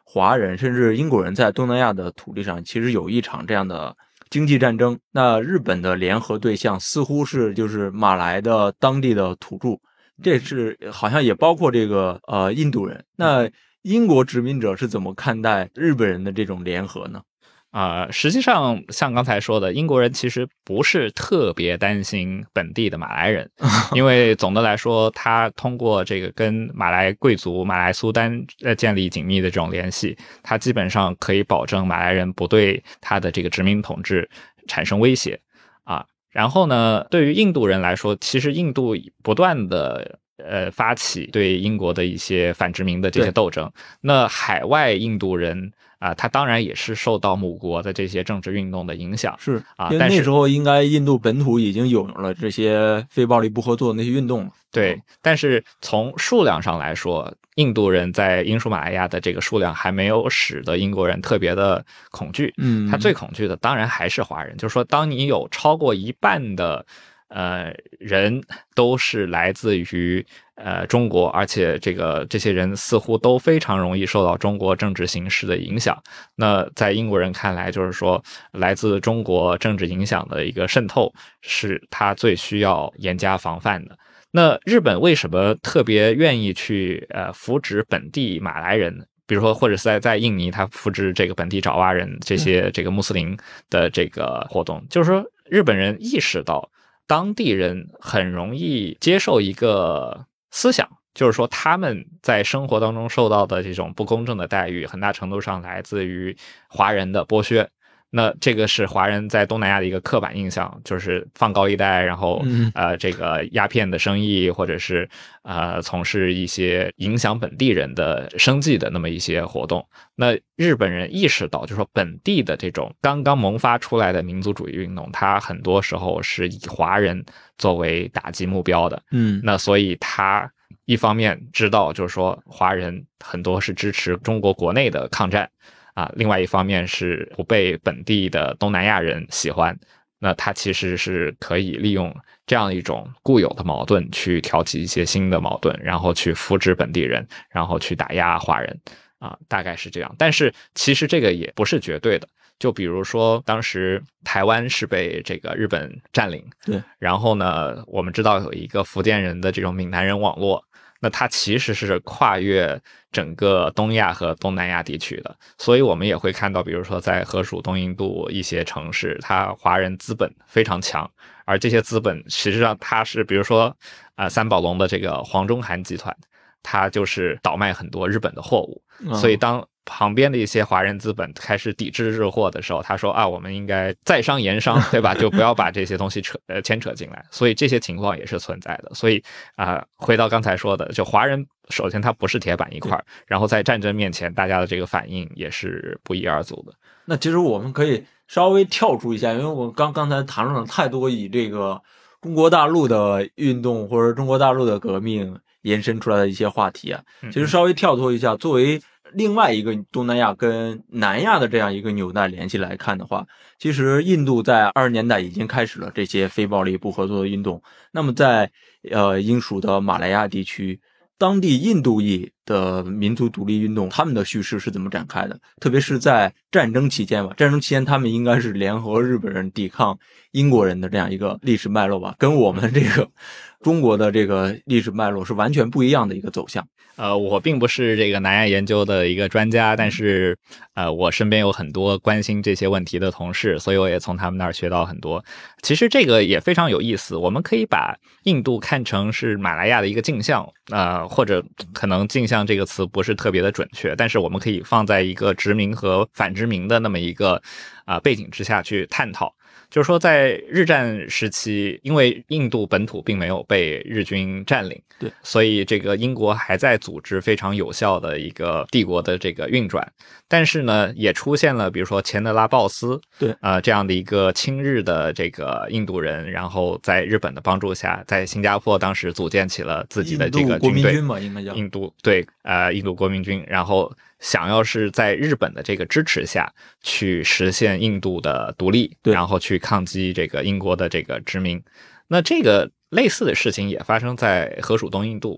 华人甚至英国人在东南亚的土地上其实有一场这样的经济战争。那日本的联合对象似乎是就是马来的当地的土著，这是好像也包括这个印度人。那英国殖民者是怎么看待日本人的这种联合呢？ 实际上像刚才说的，英国人其实不是特别担心本地的马来人，因为总的来说，他通过这个跟马来贵族、马来苏丹建立紧密的这种联系，他基本上可以保证马来人不对他的这个殖民统治产生威胁啊。然后呢，对于印度人来说，其实印度不断的发起对英国的一些反殖民的这些斗争，那海外印度人他当然也是受到母国的这些政治运动的影响， 是啊， 因为那时候应该印度本土已经有了这些非暴力不合作的那些运动了。 对，但是从数量上来说，印度人在英属马来亚的这个数量还没有使得英国人特别的恐惧。他最恐惧的当然还是华人，就是说，当你有超过一半的人都是来自于中国，而且这些人似乎都非常容易受到中国政治形势的影响。那在英国人看来，就是说来自中国政治影响的一个渗透是他最需要严加防范的。那日本为什么特别愿意去扶植本地马来人？比如说，或者是在印尼，他扶植这个本地爪哇人这些这个穆斯林的这个活动，就是说日本人意识到当地人很容易接受一个思想，就是说他们在生活当中受到的这种不公正的待遇，很大程度上来自于华人的剥削。那这个是华人在东南亚的一个刻板印象，就是放高利贷，然后这个鸦片的生意，或者是从事一些影响本地人的生计的那么一些活动。那日本人意识到，就是说本地的这种刚刚萌发出来的民族主义运动，它很多时候是以华人作为打击目标的。那所以他一方面知道，就是说华人很多是支持中国国内的抗战。另外一方面是不被本地的东南亚人喜欢，那他其实是可以利用这样一种固有的矛盾去挑起一些新的矛盾，然后去扶植本地人，然后去打压华人大概是这样。但是其实这个也不是绝对的，就比如说当时台湾是被这个日本占领， 对， 然后呢我们知道有一个福建人的这种闽南人网络，那它其实是跨越整个东亚和东南亚地区的，所以我们也会看到，比如说在河属东印度一些城市，它华人资本非常强，而这些资本实际上它是，比如说三宝龙的这个黄忠涵集团，它就是倒卖很多日本的货物，所以当旁边的一些华人资本开始抵制日货的时候，他说我们应该在商言商，对吧？就不要把这些东西牵扯进来。所以这些情况也是存在的。所以回到刚才说的，就华人首先他不是铁板一块，然后在战争面前，大家的这个反应也是不一而足的。 那其实我们可以稍微跳出一下，因为我刚才谈论了太多以这个中国大陆的运动或者中国大陆的革命延伸出来的一些话题其实稍微跳脱一下，作为另外一个东南亚跟南亚的这样一个纽带联系来看的话，其实印度在20年代已经开始了这些非暴力不合作的运动。那么在英属的马来亚地区，当地印度裔的民族独立运动，他们的叙事是怎么展开的？特别是在战争期间吧，战争期间他们应该是联合日本人抵抗英国人的这样一个历史脉络吧，跟我们这个中国的这个历史脉络是完全不一样的一个走向。 我并不是这个南亚研究的一个专家，但是我身边有很多关心这些问题的同事，所以我也从他们那儿学到很多。其实这个也非常有意思，我们可以把印度看成是马来亚的一个镜像，或者可能镜像这个词不是特别的准确，但是我们可以放在一个殖民和反殖民的那么一个背景之下去探讨。就是说在日战时期，因为印度本土并没有被日军占领， 对， 所以这个英国还在组织非常有效的一个帝国的这个运转。但是呢，也出现了比如说钱德拉鲍斯， 对， 这样的一个亲日的这个印度人，然后在日本的帮助下，在新加坡当时组建起了自己的这个军队， 印度国民军嘛，应该叫印度国民军，然后想要是在日本的这个支持下去实现印度的独立，然后去抗击这个英国的这个殖民。那这个类似的事情也发生在河属东印度，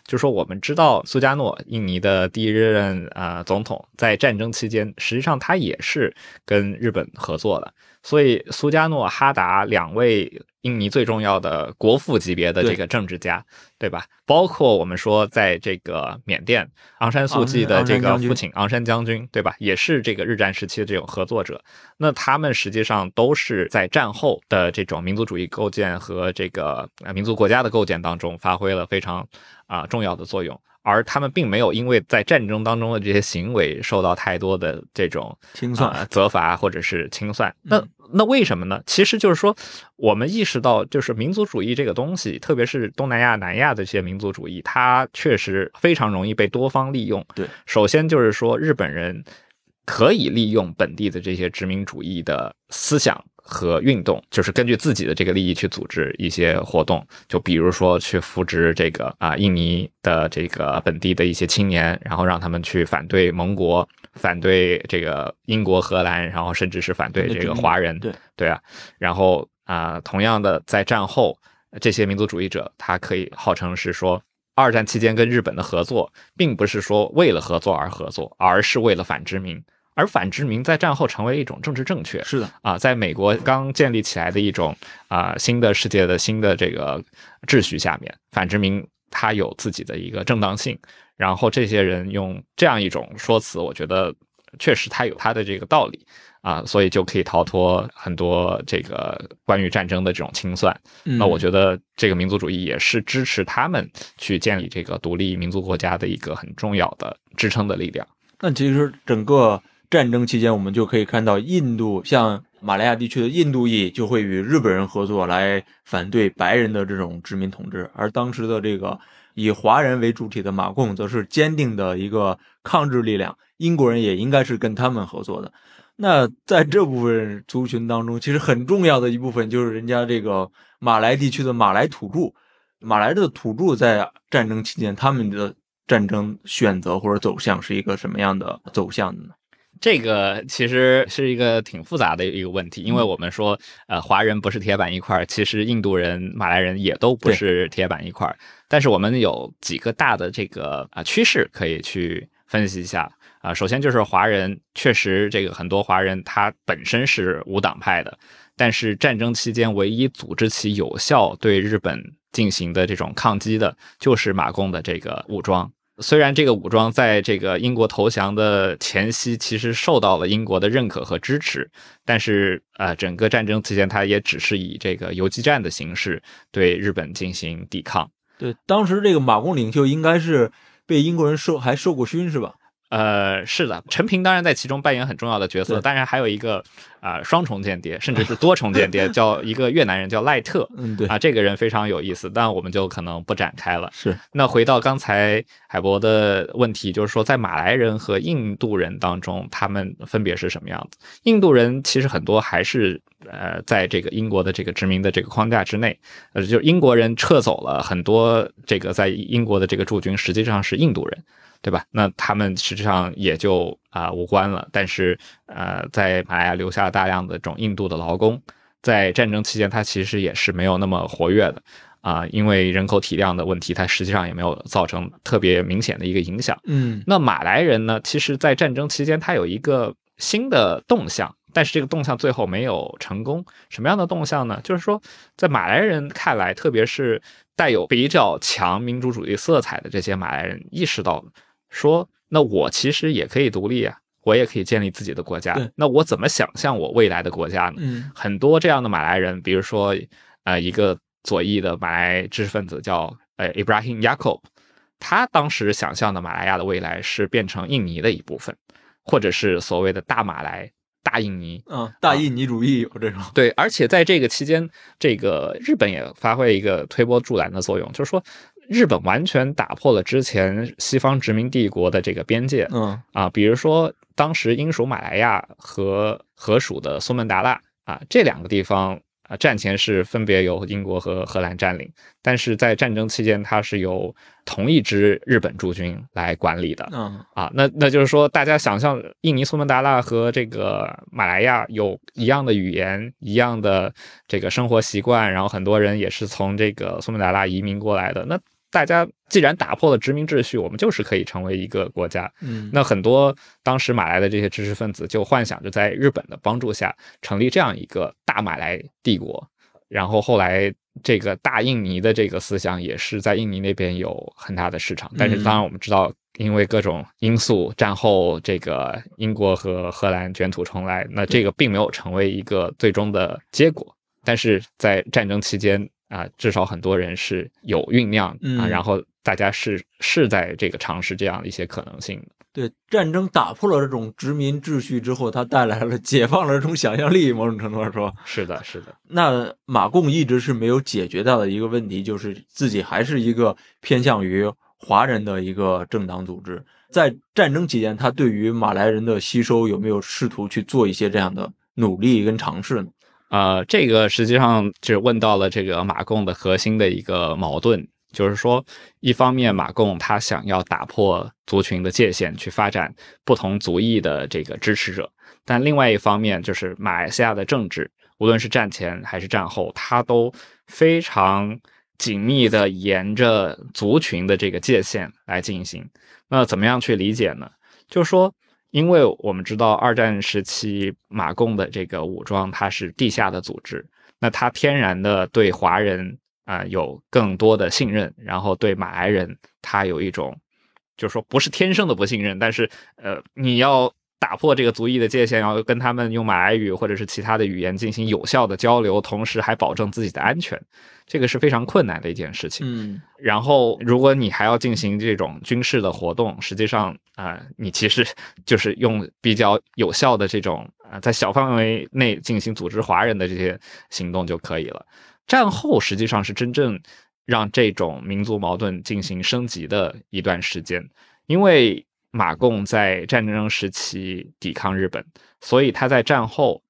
就是说我们知道苏加诺印尼的第一任总统在战争期间，实际上他也是跟日本合作的，所以苏加诺、哈达两位印尼最重要的国父级别的这个政治家， 对吧？包括我们说在这个缅甸昂山素季的这个父亲昂山将军，对吧？也是这个日战时期的这种合作者。那他们实际上都是在战后的这种民族主义构建和这个民族国家的构建当中发挥了非常重要的作用。而他们并没有因为在战争当中的这些行为受到太多的这种清算、 责罚或者是清算。那为什么呢？其实就是说，我们意识到，就是民族主义这个东西，特别是东南亚、南亚的这些民族主义，它确实非常容易被多方利用。 对， 首先就是说，日本人可以利用本地的这些殖民主义的思想和运动，就是根据自己的这个利益去组织一些活动，就比如说去扶植这个印尼的这个本地的一些青年，然后让他们去反对盟国，反对这个英国、荷兰，然后甚至是反对这个华人。对啊，然后同样的，在战后这些民族主义者，他可以号称是说，二战期间跟日本的合作，并不是说为了合作而合作，而是为了反殖民。而反殖民在战后成为一种政治正确， 是的在美国刚建立起来的一种新的世界的新的这个秩序下面，反殖民它有自己的一个正当性。然后这些人用这样一种说辞，我觉得确实它有它的这个道理所以就可以逃脱很多这个关于战争的这种清算。那我觉得这个民族主义也是支持他们去建立这个独立民族国家的一个很重要的支撑的力量。 那其实整个战争期间，我们就可以看到印度，像马来亚地区的印度裔就会与日本人合作来反对白人的这种殖民统治，而当时的这个以华人为主体的马共则是坚定的一个抗日力量，英国人也应该是跟他们合作的。那在这部分族群当中，其实很重要的一部分就是人家这个马来地区的马来土著，马来的土著在战争期间他们的战争选择或者走向是一个什么样的走向的呢？ 这个其实是一个挺复杂的一个问题，因为我们说华人不是铁板一块，其实印度人、马来人也都不是铁板一块，但是我们有几个大的这个趋势可以去分析一下首先就是华人，确实这个很多华人他本身是无党派的，但是战争期间唯一组织起有效对日本进行的这种抗击的就是马共的这个武装。虽然这个武装在这个英国投降的前夕其实受到了英国的认可和支持，但是整个战争期间它也只是以这个游击战的形式对日本进行抵抗。 对，当时这个马共领袖应该是被英国人还受过熏是吧？ 是的，陈平当然在其中扮演很重要的角色，当然还有一个双重间谍，甚至是多重间谍，叫一个越南人叫赖特。 对这个人非常有意思，但我们就可能不展开了。 是。 那回到刚才海博的问题，就是说在马来人和印度人当中，他们分别是什么样子？印度人其实很多还是在这个英国的这个殖民的这个框架之内，就是英国人撤走了很多这个在英国的这个驻军，实际上是印度人。对吧？那他们实际上也就无关了。但是在马来亚留下了大量的这种印度的劳工，在战争期间，它其实也是没有那么活跃的因为人口体量的问题，它实际上也没有造成特别明显的一个影响。那马来人呢，其实在战争期间，它有一个新的动向，但是这个动向最后没有成功。什么样的动向呢？就是说，在马来人看来，特别是带有比较强民主主义色彩的这些马来人，意识到说，那我其实也可以独立我也可以建立自己的国家。那我怎么想象我未来的国家呢？很多这样的马来人，比如说一个左翼的马来知识分子叫Ibrahim Yaakob， 他当时想象的马来亚的未来是变成印尼的一部分，或者是所谓的大马来、大印尼。 大印尼主义有这种。 对，而且在这个期间，这个日本也发挥一个推波助澜的作用，就是说日本完全打破了之前西方殖民帝国的这个边界。比如说当时英属马来亚和荷属的苏门答腊这两个地方战前是分别由英国和荷兰占领，但是在战争期间它是由同一支日本驻军来管理的。那就是说大家想象印尼苏门答腊和这个马来亚有一样的语言，一样的这个生活习惯，然后很多人也是从这个苏门答腊移民过来的，那大家既然打破了殖民秩序，我们就是可以成为一个国家。那很多当时马来的这些知识分子就幻想着在日本的帮助下成立这样一个大马来帝国，然后后来这个大印尼的这个思想也是在印尼那边有很大的市场。但是当然我们知道，因为各种因素，战后这个英国和荷兰卷土重来，那这个并没有成为一个最终的结果。但是在战争期间至少很多人是有酝酿然后大家是在这个尝试这样的一些可能性。 对，战争打破了这种殖民秩序之后，它带来了解放了这种想象力，某种程度上说。 是的，是的。 那马共一直是没有解决到的一个问题，就是自己还是一个偏向于华人的一个政党组织。在战争期间，他对于马来人的吸收有没有试图去做一些这样的努力跟尝试呢？ 这个实际上就问到了这个马共的核心的一个矛盾，就是说一方面马共他想要打破族群的界限，去发展不同族裔的这个支持者，但另外一方面就是马来西亚的政治，无论是战前还是战后，它都非常紧密的沿着族群的这个界限来进行。那怎么样去理解呢？就是说因为我们知道二战时期马共的这个武装它是地下的组织，那它天然的对华人有更多的信任，然后对马来人他有一种就是说不是天生的不信任，但是你要打破这个族裔的界限，要跟他们用马来语或者是其他的语言进行有效的交流，同时还保证自己的安全，这个是非常困难的一件事情。然后如果你还要进行这种军事的活动，实际上你其实就是用比较有效的这种在小范围内进行组织华人的这些行动就可以了。战后实际上是真正让这种民族矛盾进行升级的一段时间，因为马共在战争时期抵抗日本，所以他在战后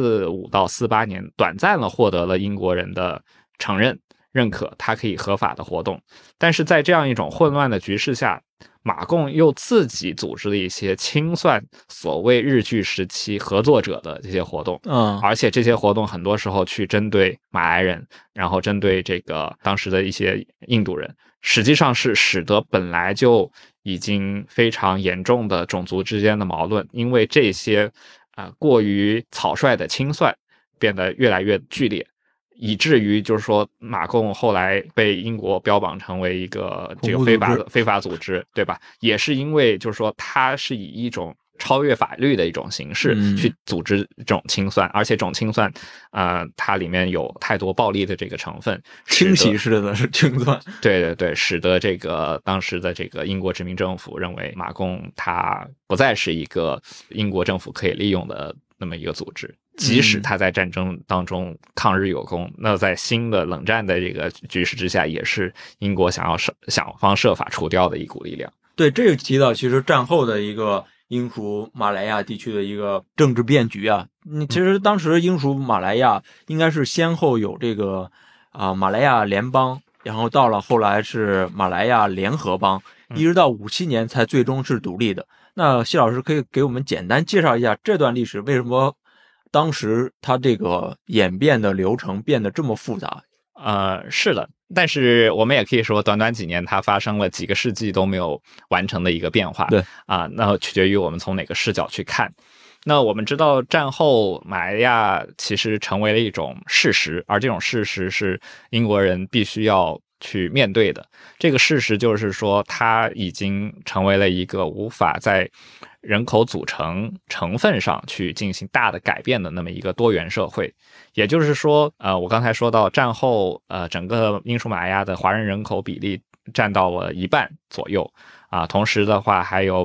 45到48年短暂的获得了英国人的承认可，他可以合法的活动。但是在这样一种混乱的局势下，马共又自己组织了一些清算所谓日据时期合作者的这些活动，而且这些活动很多时候去针对马来人，然后针对这个当时的一些印度人，实际上是使得本来就已经非常严重的种族之间的矛盾，因为这些过于草率的清算变得越来越剧烈，以至于就是说马共后来被英国标榜成为一个这个非法组织，对吧？也是因为就是说它是以一种超越法律的一种形式去组织这种清算，而且这种清算它里面有太多暴力的这个成分， 清洗式的是清算。 对对对，使得这个当时的这个英国殖民政府认为马共它不再是一个英国政府可以利用的那么一个组织，即使他在战争当中抗日有功，那在新的冷战的这个局势之下，也是英国想方设法除掉的一股力量。 对，这个提到其实战后的一个英属马来亚地区的一个政治变局啊。其实当时英属马来亚应该是先后有这个马来亚联邦，然后到了后来是马来亚联合邦，一直到57年才最终是独立的。那谢老师可以给我们简单介绍一下这段历史，为什么当时它这个演变的流程变得这么复杂？ 是的，但是我们也可以说，短短几年，它发生了几个世纪都没有完成的一个变化。 对那取决于我们从哪个视角去看。那我们知道，战后马来亚其实成为了一种事实，而这种事实是英国人必须要去面对的。这个事实就是说，它已经成为了一个无法在人口组成成分上去进行大的改变的那么一个多元社会。也就是说我刚才说到战后整个英属马来亚的华人人口比例占到了1半左右同时的话还有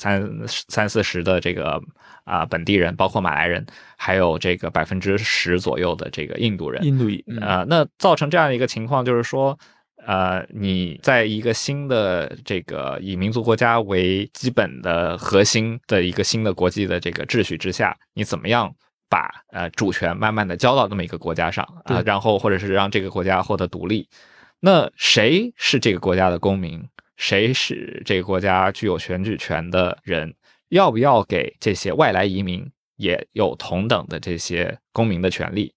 30-40%的这个本地人，包括马来人，还有这个10%左右的这个印度人。 印度裔那造成这样的一个情况就是说你在一个新的这个以民族国家为基本的核心的一个新的国际的这个秩序之下，你怎么样把主权慢慢的交到那么一个国家上然后或者是让这个国家获得独立。那谁是这个国家的公民，谁是这个国家具有选举权的人，要不要给这些外来移民也有同等的这些公民的权利？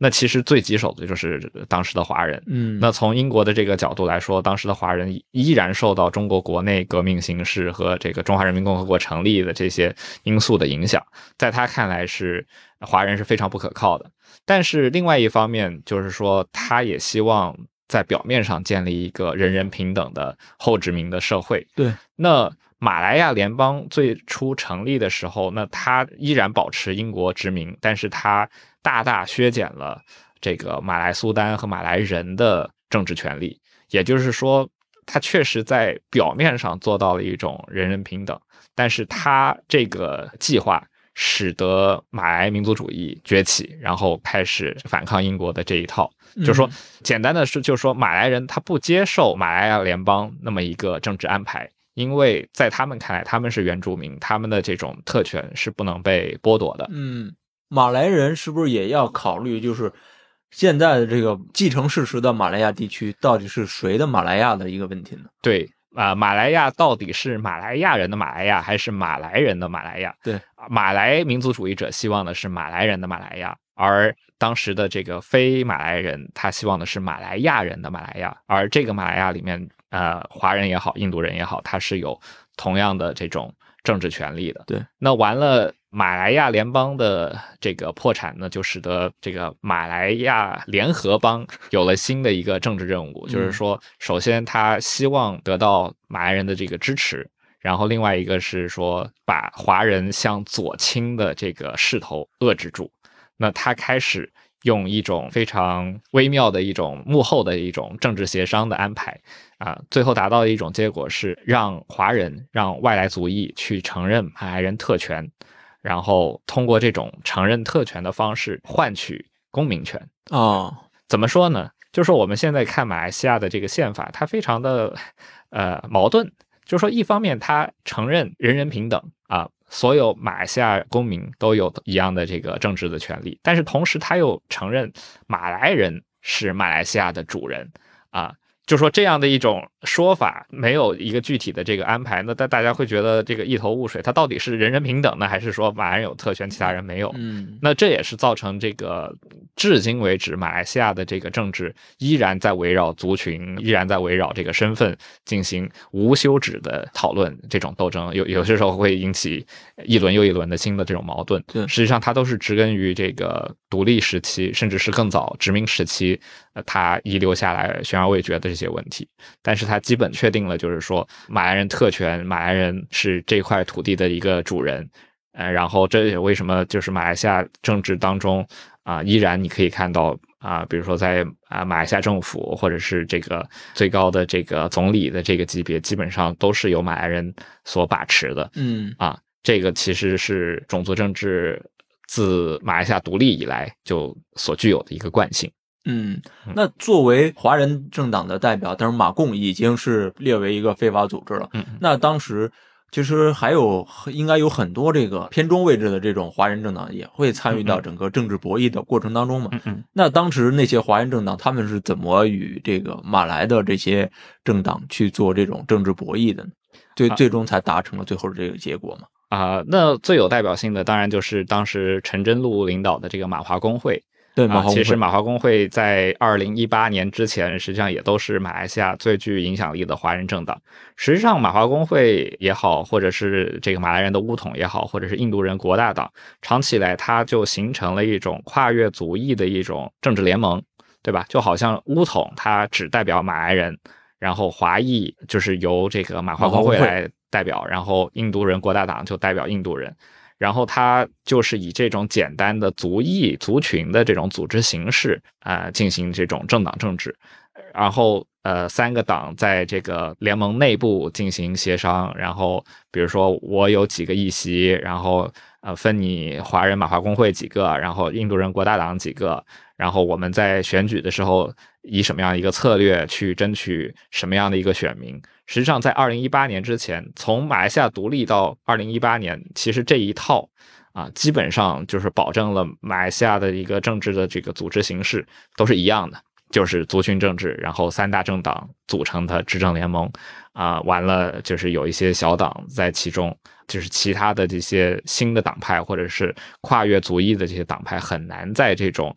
那其实最棘手的就是当时的华人。那从英国的这个角度来说，当时的华人依然受到中国国内革命形势和这个中华人民共和国成立的这些因素的影响，在他看来是华人是非常不可靠的。但是另外一方面就是说，他也希望在表面上建立一个人人平等的后殖民的社会。 对， 那马来亚联邦最初成立的时候，那他依然保持英国殖民，但是他大大削减了这个马来苏丹和马来人的政治权利。也就是说，他确实在表面上做到了一种人人平等，但是他这个计划使得马来民族主义崛起，然后开始反抗英国的这一套。就是说，简单的是，就是说马来人他不接受马来亚联邦那么一个政治安排，因为在他们看来，他们是原住民，他们的这种特权是不能被剥夺的。 马来人是不是也要考虑，就是现在的这个继承事实的马来亚地区到底是谁的马来亚的一个问题呢？ 对。马来亚到底是马来亚人的马来亚还是马来人的马来亚？ 对， 马来民族主义者希望的是马来人的马来亚，而当时的这个非马来人他希望的是马来亚人的马来亚，而这个马来亚里面华人也好，印度人也好，他是有同样的这种政治权利的。 对， 那完了，马来亚联邦的这个破产呢，就使得这个马来亚联合邦有了新的一个政治任务，就是说，首先他希望得到马来人的这个支持，然后另外一个是说把华人向左倾的这个势头遏制住。那他开始用一种非常微妙的一种幕后的一种政治协商的安排最后达到的一种结果是让华人让外来族裔去承认马来人特权，然后通过这种承认特权的方式换取公民权。怎么说呢？就是说我们现在看马来西亚的这个宪法，它非常的矛盾。就是说一方面它承认人人平等所有马来西亚公民都有一样的这个政治的权利，但是同时他又承认马来人是马来西亚的主人就说这样的一种说法没有一个具体的这个安排，那大家会觉得这个一头雾水，它到底是人人平等呢，还是说马来人有特权，其他人没有？那这也是造成这个至今为止马来西亚的这个政治依然在围绕族群，依然在围绕这个身份进行无休止的讨论，这种斗争有些时候会引起一轮又一轮的新的这种矛盾。实际上它都是植根于这个独立时期，甚至是更早殖民时期它遗留下来悬而未决的这些问题。但是它基本确定了，就是说马来人特权，马来人是这块土地的一个主人然后这也为什么就是马来西亚政治当中依然你可以看到比如说在马来西亚政府或者是这个最高的这个总理的这个级别，基本上都是由马来人所把持的。这个其实是种族政治自马来西亚独立以来就所具有的一个惯性。 那作为华人政党的代表，但是马共已经是列为一个非法组织了。那当时其实还有应该有很多这个偏中位置的这种华人政党也会参与到整个政治博弈的过程当中嘛。那当时那些华人政党他们是怎么与这个马来的这些政党去做这种政治博弈的呢？最终才达成了最后的这个结果嘛。 那最有代表性的当然就是当时陈真路领导的这个马华工会。 对，马华工会其实马华工会在2018年之前实际上也都是马来西亚最具影响力的华人政党。实际上马华工会也好，或者是这个马来人的巫统也好，或者是印度人国大党，长期以来它就形成了一种跨越族裔的一种政治联盟，对吧？就好像巫统它只代表马来人，然后华裔就是由这个马华工会来代表，然后印度人国大党就代表印度人。然后它就是以这种简单的族裔族群的这种组织形式进行这种政党政治，然后三个党在这个联盟内部进行协商，然后比如说我有几个议席，然后分你华人马华工会几个，然后印度人国大党几个，然后我们在选举的时候以什么样一个策略去争取什么样的一个选民。实际上在2018年之前，从马来西亚独立到2018年，其实这一套基本上就是保证了马来西亚的一个政治的这个组织形式都是一样的，就是族群政治，然后三大政党组成的执政联盟完了就是有一些小党在其中，就是其他的这些新的党派或者是跨越族裔的这些党派很难在这种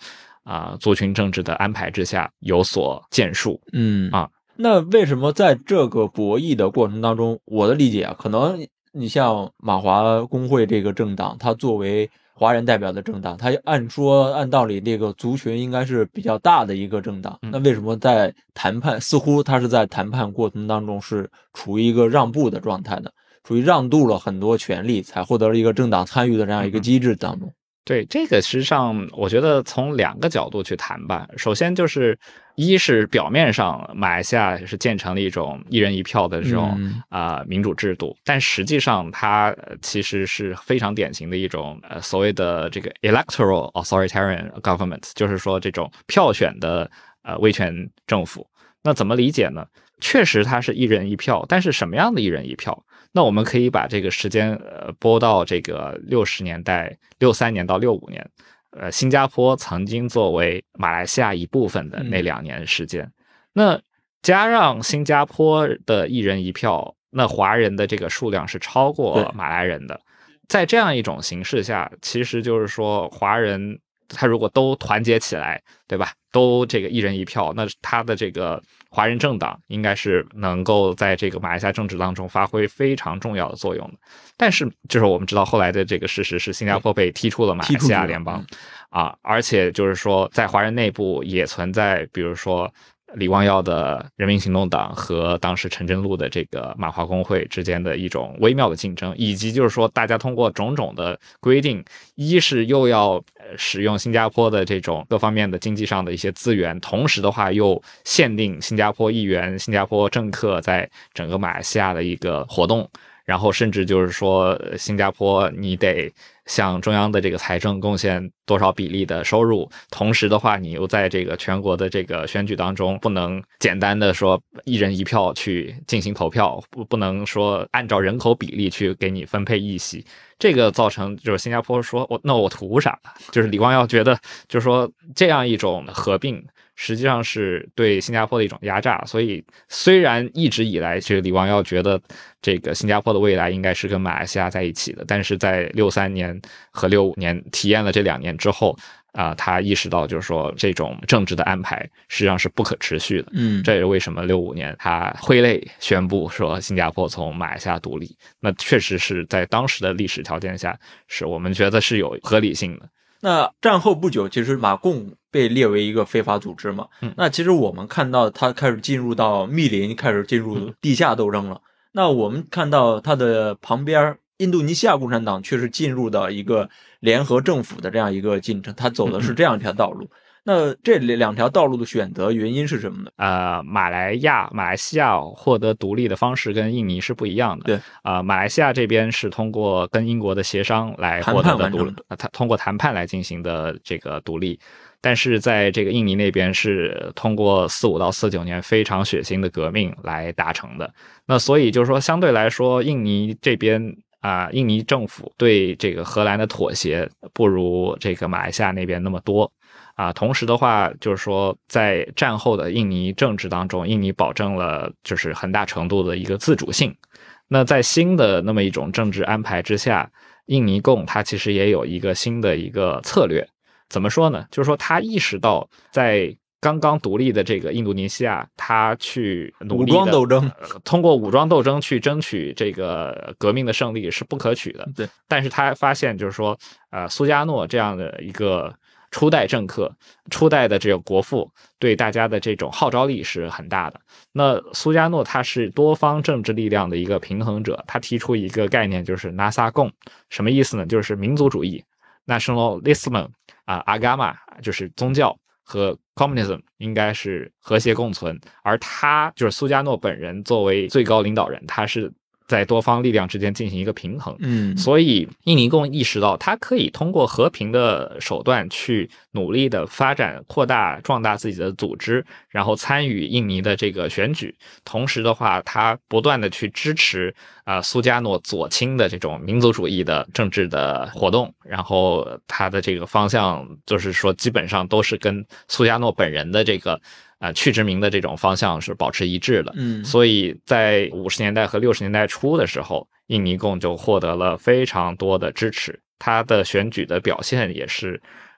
族群政治的安排之下有所建树。 那为什么在这个博弈的过程当中，我的理解啊，可能你像马华工会这个政党，它作为华人代表的政党，它按道理这个族群应该是比较大的一个政党，那为什么在谈判，似乎它是在谈判过程当中是处于一个让步的状态的，属于让渡了很多权利才获得了一个政党参与的这样一个机制当中。 对，这个实际上我觉得从两个角度去谈吧。首先就是一是表面上马来西亚是建成了一种一人一票的这种民主制度，但实际上它其实是非常典型的一种所谓的这个 electoral authoritarian government， 就是说这种票选的威权政府。那怎么理解呢？确实它是一人一票，但是什么样的一人一票？那我们可以把这个时间拨到这个60年代63年到65年，新加坡曾经作为马来西亚一部分的那2年时间，那加上新加坡的一人一票，那华人的这个数量是超过马来人的。在这样一种形势下，其实就是说华人他如果都团结起来，对吧？都这个一人一票，那他的这个华人政党应该是能够在这个马来西亚政治当中发挥非常重要的作用的。但是就是我们知道后来的这个事实是新加坡被踢出了马来西亚联邦而且就是说在华人内部也存在比如说李光耀的人民行动党和当时陈真路的这个马华工会之间的一种微妙的竞争，以及就是说大家通过种种的规定，一是又要使用新加坡的这种各方面的经济上的一些资源，同时的话又限定新加坡议员、新加坡政客在整个马来西亚的一个活动，然后甚至就是说新加坡你得向中央的这个财政贡献多少比例的收入，同时的话你又在这个全国的这个选举当中不能简单的说一人一票去进行投票，不能说按照人口比例去给你分配议席，这个造成就是新加坡说那我图啥？就是李光耀觉得就是说这样一种合并实际上是对新加坡的一种压榨，所以虽然一直以来这个李光耀觉得这个新加坡的未来应该是跟马来西亚在一起的，但是在63年和65年体验了这2年之后他意识到就是说这种政治的安排实际上是不可持续的。这也是为什么65年他挥泪宣布说新加坡从马来西亚独立，那确实是在当时的历史条件下是我们觉得是有合理性的。 那战后不久，其实马共被列为一个非法组织嘛，那其实我们看到他开始进入到密林，开始进入地下斗争了。那我们看到他的旁边印度尼西亚共产党却是进入到一个联合政府的这样一个进程，他走的是这样一条道路。那这2条道路的选择原因是什么呢？ 马来西亚获得独立的方式跟印尼是不一样的。 对， 马来西亚这边是通过跟英国的协商来获得的独立，通过谈判来进行的这个独立。但是在这个印尼那边是通过45到49年非常血腥的革命来达成的。那所以就是说相对来说印尼这边印尼政府对这个荷兰的妥协不如这个马来西亚那边那么多同时的话就是说在战后的印尼政治当中，印尼保证了就是很大程度的一个自主性。那在新的那么一种政治安排之下，印尼共它其实也有一个新的一个策略。怎么说呢？就是说他意识到在刚刚独立的这个印度尼西亚，他去努力的武装斗争， 通过武装斗争去争取这个革命的胜利是不可取的。 对， 但是他发现就是说苏加诺这样的一个初代政客，初代的这个国父对大家的这种号召力是很大的。那苏加诺他是多方政治力量的一个平衡者，他提出一个概念就是 NASA 共，什么意思呢？就是民族主义 nationalism agama 就是宗教和 communism 应该是和谐共存，而他就是苏加诺本人作为最高领导人，他是在多方力量之间进行一个平衡。所以印尼共意识到他可以通过和平的手段去努力的发展扩大壮大自己的组织，然后参与印尼的这个选举，同时的话他不断的去支持苏加诺左倾的这种民族主义的政治的活动，然后他的这个方向就是说基本上都是跟苏加诺本人的这个去殖民的这种方向是保持一致的。所以在50年代和60年代初的时候，印尼共就获得了非常多的支持，他的选举的表现也是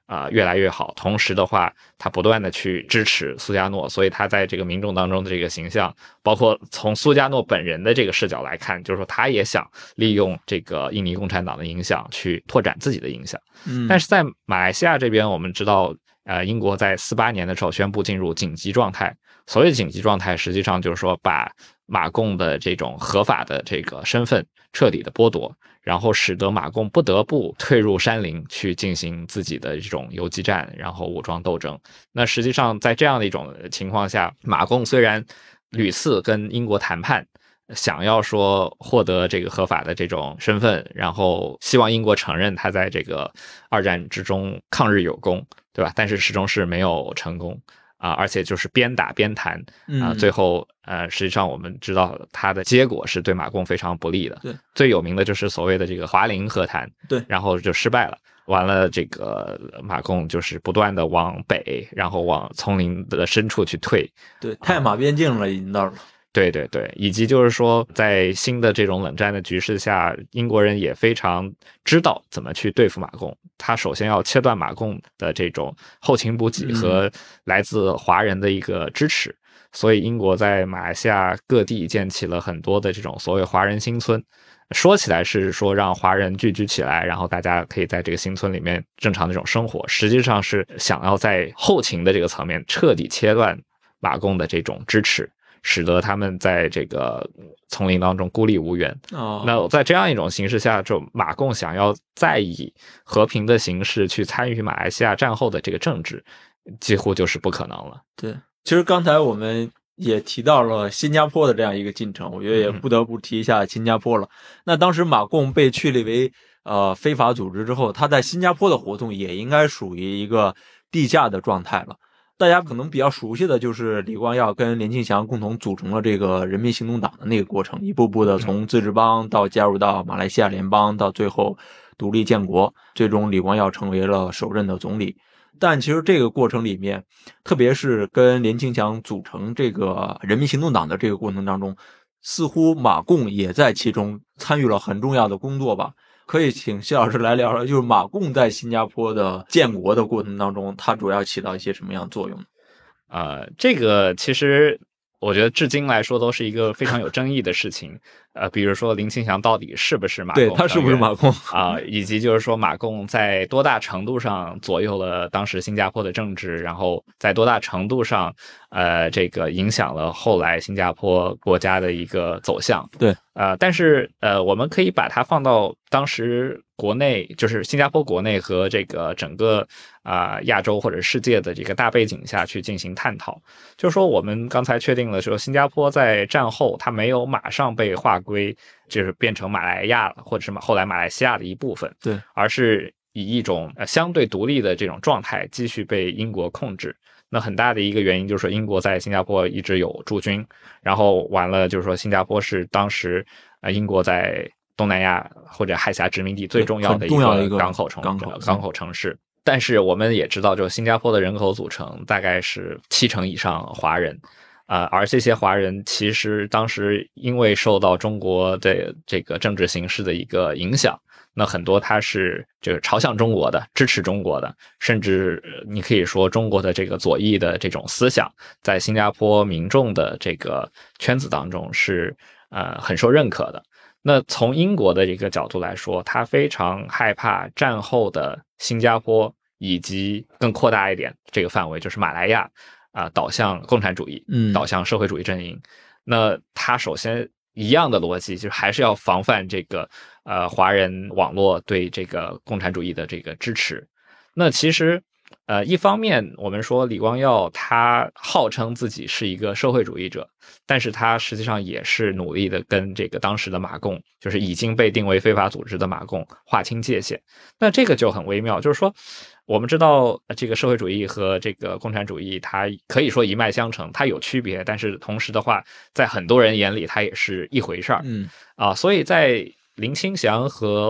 越来越好，同时的话，他不断的去支持苏加诺，所以他在这个民众当中的这个形象，包括从苏加诺本人的这个视角来看，就是说他也想利用这个印尼共产党的影响去拓展自己的影响。但是在马来西亚这边，我们知道，英国在48年的时候宣布进入紧急状态。所谓紧急状态，实际上就是说把马共的这种合法的这个身份彻底的剥夺，然后使得马共不得不退入山林去进行自己的这种游击战，然后武装斗争。那实际上在这样的一种情况下，马共虽然屡次跟英国谈判，想要说获得这个合法的这种身份，然后希望英国承认他在这个二战之中抗日有功，对吧？但是始终是没有成功。而且就是边打边谈最后实际上我们知道它的结果是对马共非常不利的。 对， 最有名的就是所谓的这个华林和谈， 对， 然后就失败了。完了，这个马共就是不断的往北，然后往丛林的深处去退。 对，太马边境了，已经到了。 对对对，以及就是说，在新的这种冷战的局势下，英国人也非常知道怎么去对付马共。他首先要切断马共的这种后勤补给和来自华人的一个支持，所以英国在马来西亚各地建起了很多的这种所谓华人新村。说起来是说让华人聚居起来，然后大家可以在这个新村里面正常的这种生活，实际上是想要在后勤的这个层面彻底切断马共的这种支持，使得他们在这个丛林当中孤立无援。那在这样一种形势下，就马共想要再以和平的形式去参与马来西亚战后的这个政治，几乎就是不可能了。 对，其实刚才我们也提到了新加坡的这样一个进程，我觉得也不得不提一下新加坡了。那当时马共被确立为非法组织之后，他在新加坡的活动也应该属于一个地下的状态了。大家可能比较熟悉的就是李光耀跟连庆祥共同组成了这个人民行动党的那个过程，一步步的从自治邦到加入到马来西亚联邦，到最后独立建国，最终李光耀成为了首任的总理。但其实这个过程里面，特别是跟连庆祥组成这个人民行动党的这个过程当中，似乎马共也在其中参与了很重要的工作吧。可以请谢老师来聊聊，就是马共在新加坡的建国的过程当中，它主要起到一些什么样的作用？ 这个其实我觉得至今来说都是一个非常有争议的事情。比如说林庆祥到底是不是马共？ 对，他是不是马共以及就是说马共在多大程度上左右了当时新加坡的政治，然后在多大程度上这个影响了后来新加坡国家的一个走向。 对， 但是我们可以把它放到当时国内，就是新加坡国内和这个整个亚洲或者世界的这个大背景下去进行探讨。就是说我们刚才确定了说新加坡在战后它没有马上被划归就是变成马来亚或者是后来马来西亚的一部分， 对， 而是以一种相对独立的这种状态继续被英国控制。那很大的一个原因就是说英国在新加坡一直有驻军，然后完了就是说新加坡是当时英国在东南亚或者海峡殖民地最重要的一个港口城市。但是我们也知道，就新加坡的人口组成大概是70%以上华人。而这些华人其实当时因为受到中国的这个政治形势的一个影响，那很多他是就是朝向中国的，支持中国的，甚至你可以说中国的这个左翼的这种思想在新加坡民众的这个圈子当中是很受认可的。那从英国的这个角度来说，他非常害怕战后的新加坡以及更扩大一点这个范围就是马来亚导向共产主义，导向社会主义阵营。那他首先一样的逻辑就是还是要防范这个华人网络对这个共产主义的这个支持。那其实一方面我们说李光耀他号称自己是一个社会主义者，但是他实际上也是努力的跟这个当时的马共，就是已经被定为非法组织的马共划清界限。那这个就很微妙，就是说我们知道这个社会主义和这个共产主义它可以说一脉相承，它有区别，但是同时的话在很多人眼里它也是一回事儿。所以在林庆祥和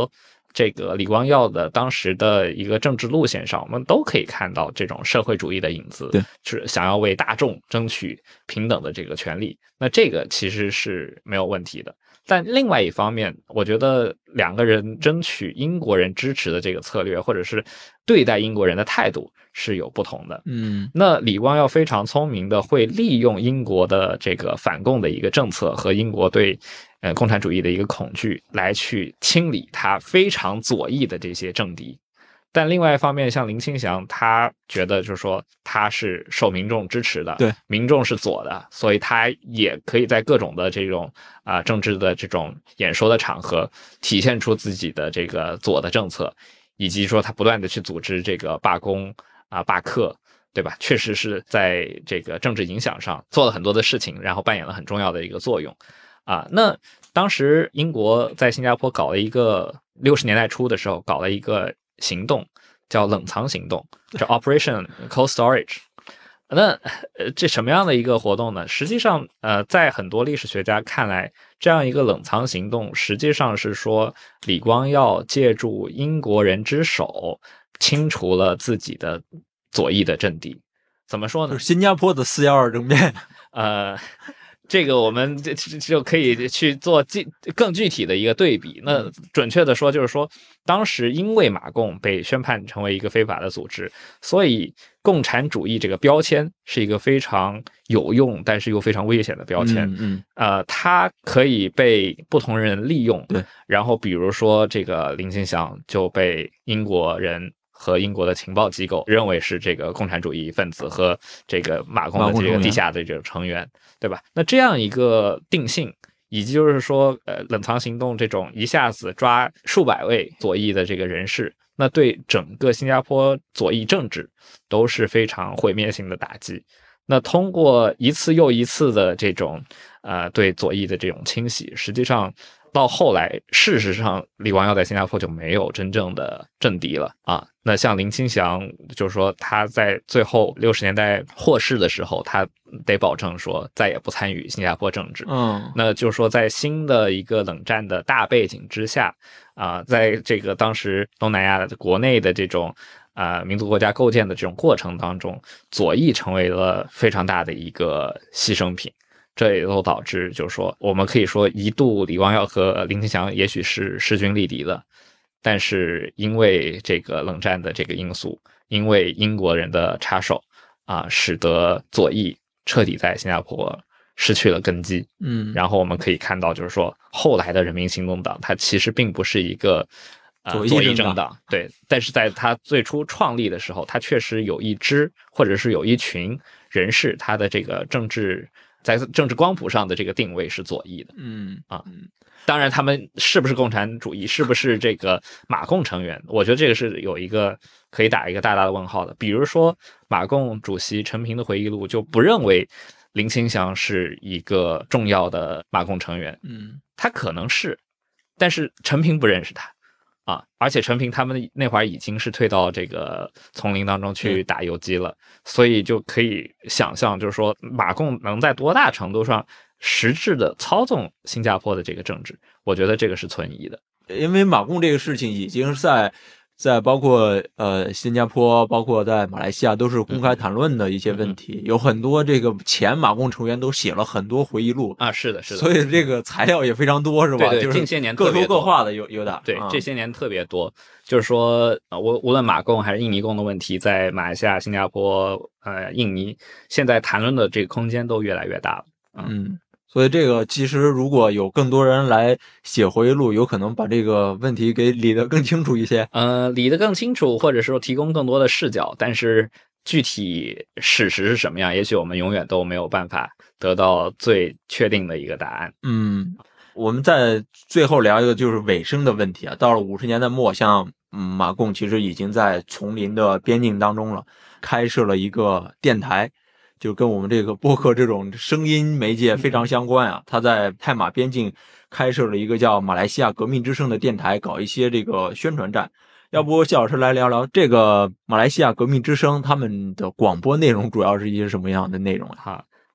这个李光耀的当时的一个政治路线上，我们都可以看到这种社会主义的影子， 对， 是想要为大众争取平等的这个权利。那这个其实是没有问题的。但另外一方面，我觉得两个人争取英国人支持的这个策略，或者是对待英国人的态度是有不同的。那李光耀非常聪明的会利用英国的这个反共的一个政策和英国对共产主义的一个恐惧，来去清理他非常左翼的这些政敌。但另外一方面，像林清祥，他觉得就是说他是受民众支持的， 对， 民众是左的，所以他也可以在各种的这种政治的这种演说的场合体现出自己的这个左的政策，以及说他不断的去组织这个罢工罢课，对吧？确实是在这个政治影响上做了很多的事情，然后扮演了很重要的一个作用那当时英国在新加坡搞了一个60年代初的时候搞了一个行动，叫冷藏行动，叫 Operation Cold Storage。那这什么样的一个活动呢？实际上在很多历史学家看来，这样一个冷藏行动实际上是说李光耀借助英国人之手清除了自己的左翼的阵地。怎么说呢？ 就是新加坡的412政变。 这个我们就可以去做更具体的一个对比。那准确的说，就是说，当时因为马共被宣判成为一个非法的组织，所以共产主义这个标签是一个非常有用，但是又非常危险的标签。它可以被不同人利用。 对， 然后比如说这个林清祥就被英国人和英国的情报机构认为是这个共产主义分子和这个马共的这个地下的这个成员，对吧？那这样一个定性，以及就是说冷藏行动这种一下子抓数百位左翼的这个人士，那对整个新加坡左翼政治都是非常毁灭性的打击。那通过一次又一次的这种对左翼的这种清洗，实际上到后来，事实上，李光耀在新加坡就没有真正的政敌了那像林清祥，就是说他在最后60年代获释的时候，他得保证说再也不参与新加坡政治。那就是说，在新的一个冷战的大背景之下在这个当时东南亚的国内的这种民族国家构建的这种过程当中，左翼成为了非常大的一个牺牲品。这也都导致，就是说，我们可以说一度李光耀和林清祥也许是势均力敌的，但是因为这个冷战的这个因素，因为英国人的插手使得左翼彻底在新加坡失去了根基。然后我们可以看到，就是说，后来的人民行动党，它其实并不是一个左翼政党，对，但是在它最初创立的时候，它确实有一支或者是有一群人士，他的这个在政治光谱上的这个定位是左翼的。当然他们是不是共产主义，是不是这个马共成员，我觉得这个是有一个可以打一个大大的问号的。比如说马共主席陈平的回忆录就不认为林清祥是一个重要的马共成员。他可能是，但是陈平不认识他而且陈平他们那会儿已经是退到这个丛林当中去打游击了，所以就可以想象，就是说马共能在多大程度上实质的操纵新加坡的这个政治，我觉得这个是存疑的。 因为马共这个事情已经在包括新加坡，包括在马来西亚都是公开谈论的一些问题，有很多这个前马共成员都写了很多回忆录是的， 所以这个材料也非常多，是吧？ 对， 就是近些年各说各话的有点。 对，这些年特别多，就是说无论马共还是印尼共的问题，在马来西亚、新加坡、印尼，现在谈论的这个空间都越来越大了。 所以这个其实如果有更多人来写回忆录，有可能把这个问题给理得更清楚一些。 理得更清楚，或者说提供更多的视角，但是具体事实是什么样，也许我们永远都没有办法得到最确定的一个答案。 我们在最后聊一个就是尾声的问题到了50年代末，像马共其实已经在丛林的边境当中了，开设了一个电台，就跟我们这个播客这种声音媒介非常相关他在泰马边境开设了一个叫马来西亚革命之声的电台，搞一些这个宣传战。要不谢老师来聊聊这个马来西亚革命之声他们的广播内容主要是一些什么样的内容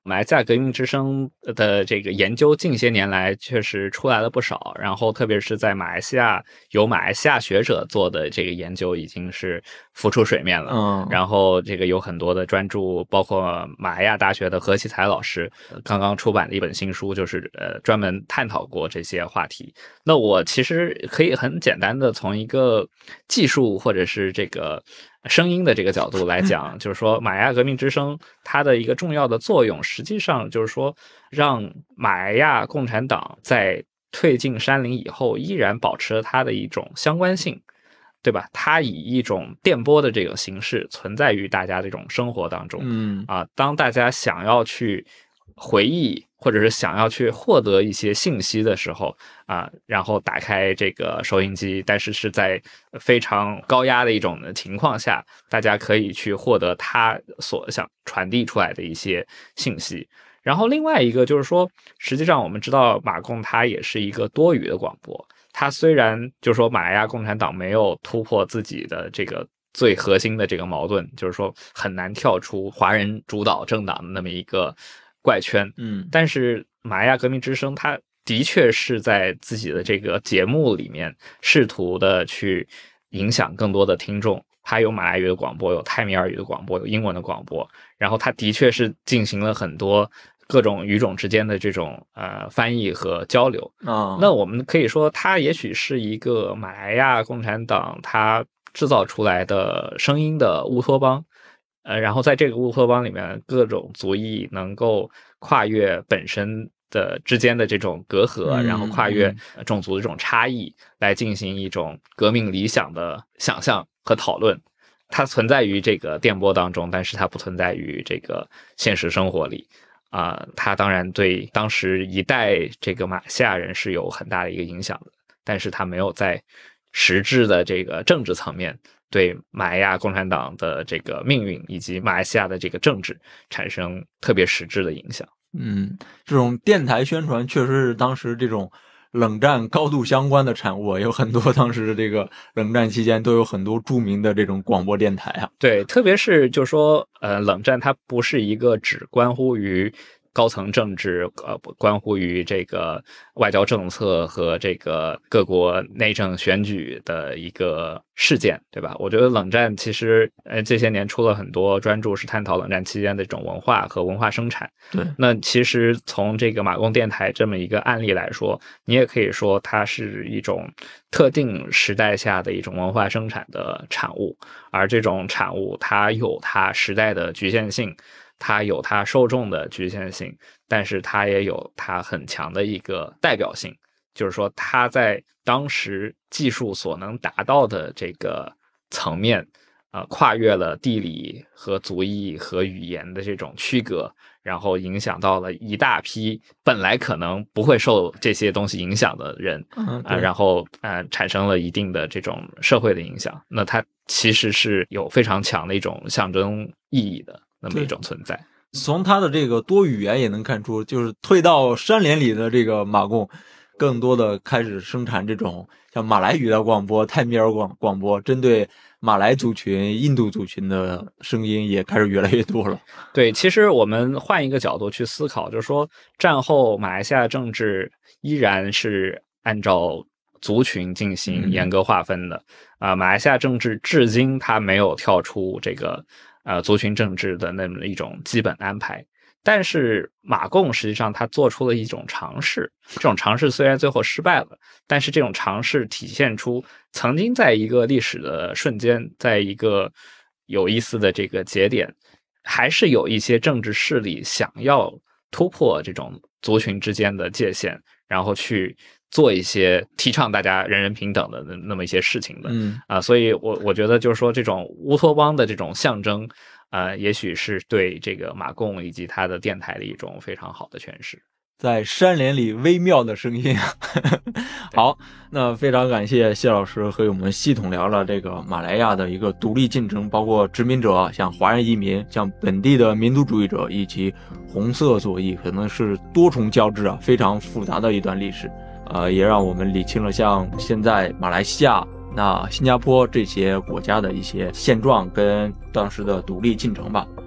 马来西亚革命之声的这个研究近些年来确实出来了不少，然后特别是在马来西亚有马来西亚学者做的这个研究已经是浮出水面了。然后这个有很多的专著，包括马来亚大学的何其才老师刚刚出版的一本新书，就是专门探讨过这些话题。那我其实可以很简单的从一个技术或者是这个声音的这个角度来讲，就是说马来亚革命之声它的一个重要的作用，实际上就是说让马来亚共产党在退进山林以后依然保持了它的一种相关性，对吧？它以一种电波的这个形式存在于大家这种生活当中。当大家想要去回忆或者是想要去获得一些信息的时候然后打开这个收音机，但是是在非常高压的一种的情况下，大家可以去获得他所想传递出来的一些信息。然后另外一个就是说，实际上我们知道马共它也是一个多语的广播，它虽然就是说马来亚共产党没有突破自己的这个最核心的这个矛盾，就是说很难跳出华人主导政党的那么一个怪圈，但是马来亚革命之声它的确是在自己的这个节目里面试图的去影响更多的听众。它有马来语的广播，有泰米尔语的广播，有英文的广播，然后它的确是进行了很多各种语种之间的这种翻译和交流。那我们可以说它也许是一个马来亚共产党它制造出来的声音的乌托邦。然后在这个乌托邦里面，各种族裔能够跨越本身的之间的这种隔阂，然后跨越种族的这种差异，来进行一种革命理想的想象和讨论。它存在于这个电波当中，但是它不存在于这个现实生活里。它当然对当时一代这个马来西亚人是有很大的一个影响的，但是它没有在实质的这个政治层面对马来亚共产党的这个命运以及马来西亚的这个政治产生特别实质的影响。 这种电台宣传确实是当时这种冷战高度相关的产物，有很多当时的这个冷战期间都有很多著名的这种广播电台啊。 对，特别是就是说冷战它不是一个只关乎于高层政治关乎于这个外交政策和这个各国内政选举的一个事件，对吧？我觉得冷战其实这些年出了很多专著是探讨冷战期间的这种文化和文化生产。 对， 那其实从这个马共电台这么一个案例来说，你也可以说它是一种特定时代下的一种文化生产的产物，而这种产物它有它时代的局限性，它有它受众的局限性，但是它也有它很强的一个代表性，就是说它在当时技术所能达到的这个层面跨越了地理和族裔和语言的这种区隔，然后影响到了一大批本来可能不会受这些东西影响的人然后产生了一定的这种社会的影响。那它其实是有非常强的一种象征意义的那么一种存在。 从他的这个多语言也能看出，就是退到山林里的这个马共更多的开始生产这种像马来语的广播、泰米尔广播，针对马来族群、印度族群的声音也开始越来越多了。 对，其实我们换一个角度去思考，就是说战后马来西亚政治依然是按照族群进行严格划分的马来西亚政治至今它没有跳出这个族群政治的那么一种基本安排。但是马共实际上他做出了一种尝试，这种尝试虽然最后失败了，但是这种尝试体现出曾经在一个历史的瞬间，在一个有意思的这个节点，还是有一些政治势力想要突破这种族群之间的界限，然后去做一些提倡大家人人平等的那么一些事情的。所以我觉得就是说这种乌托邦的这种象征也许是对这个马共以及他的电台的一种非常好的诠释。 在山林里微妙的声音好，那非常感谢谢老师和我们系统聊了这个马来亚的一个独立进程，包括殖民者、像华人移民、像本地的民族主义者以及红色左翼，可能是多重交织非常复杂的一段历史。也让我们理清了像现在马来西亚、新加坡这些国家的一些现状跟当时的独立进程吧。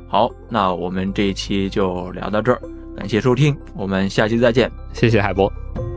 好，那我们这一期就聊到这儿，感谢收听，我们下期再见。 谢谢海波。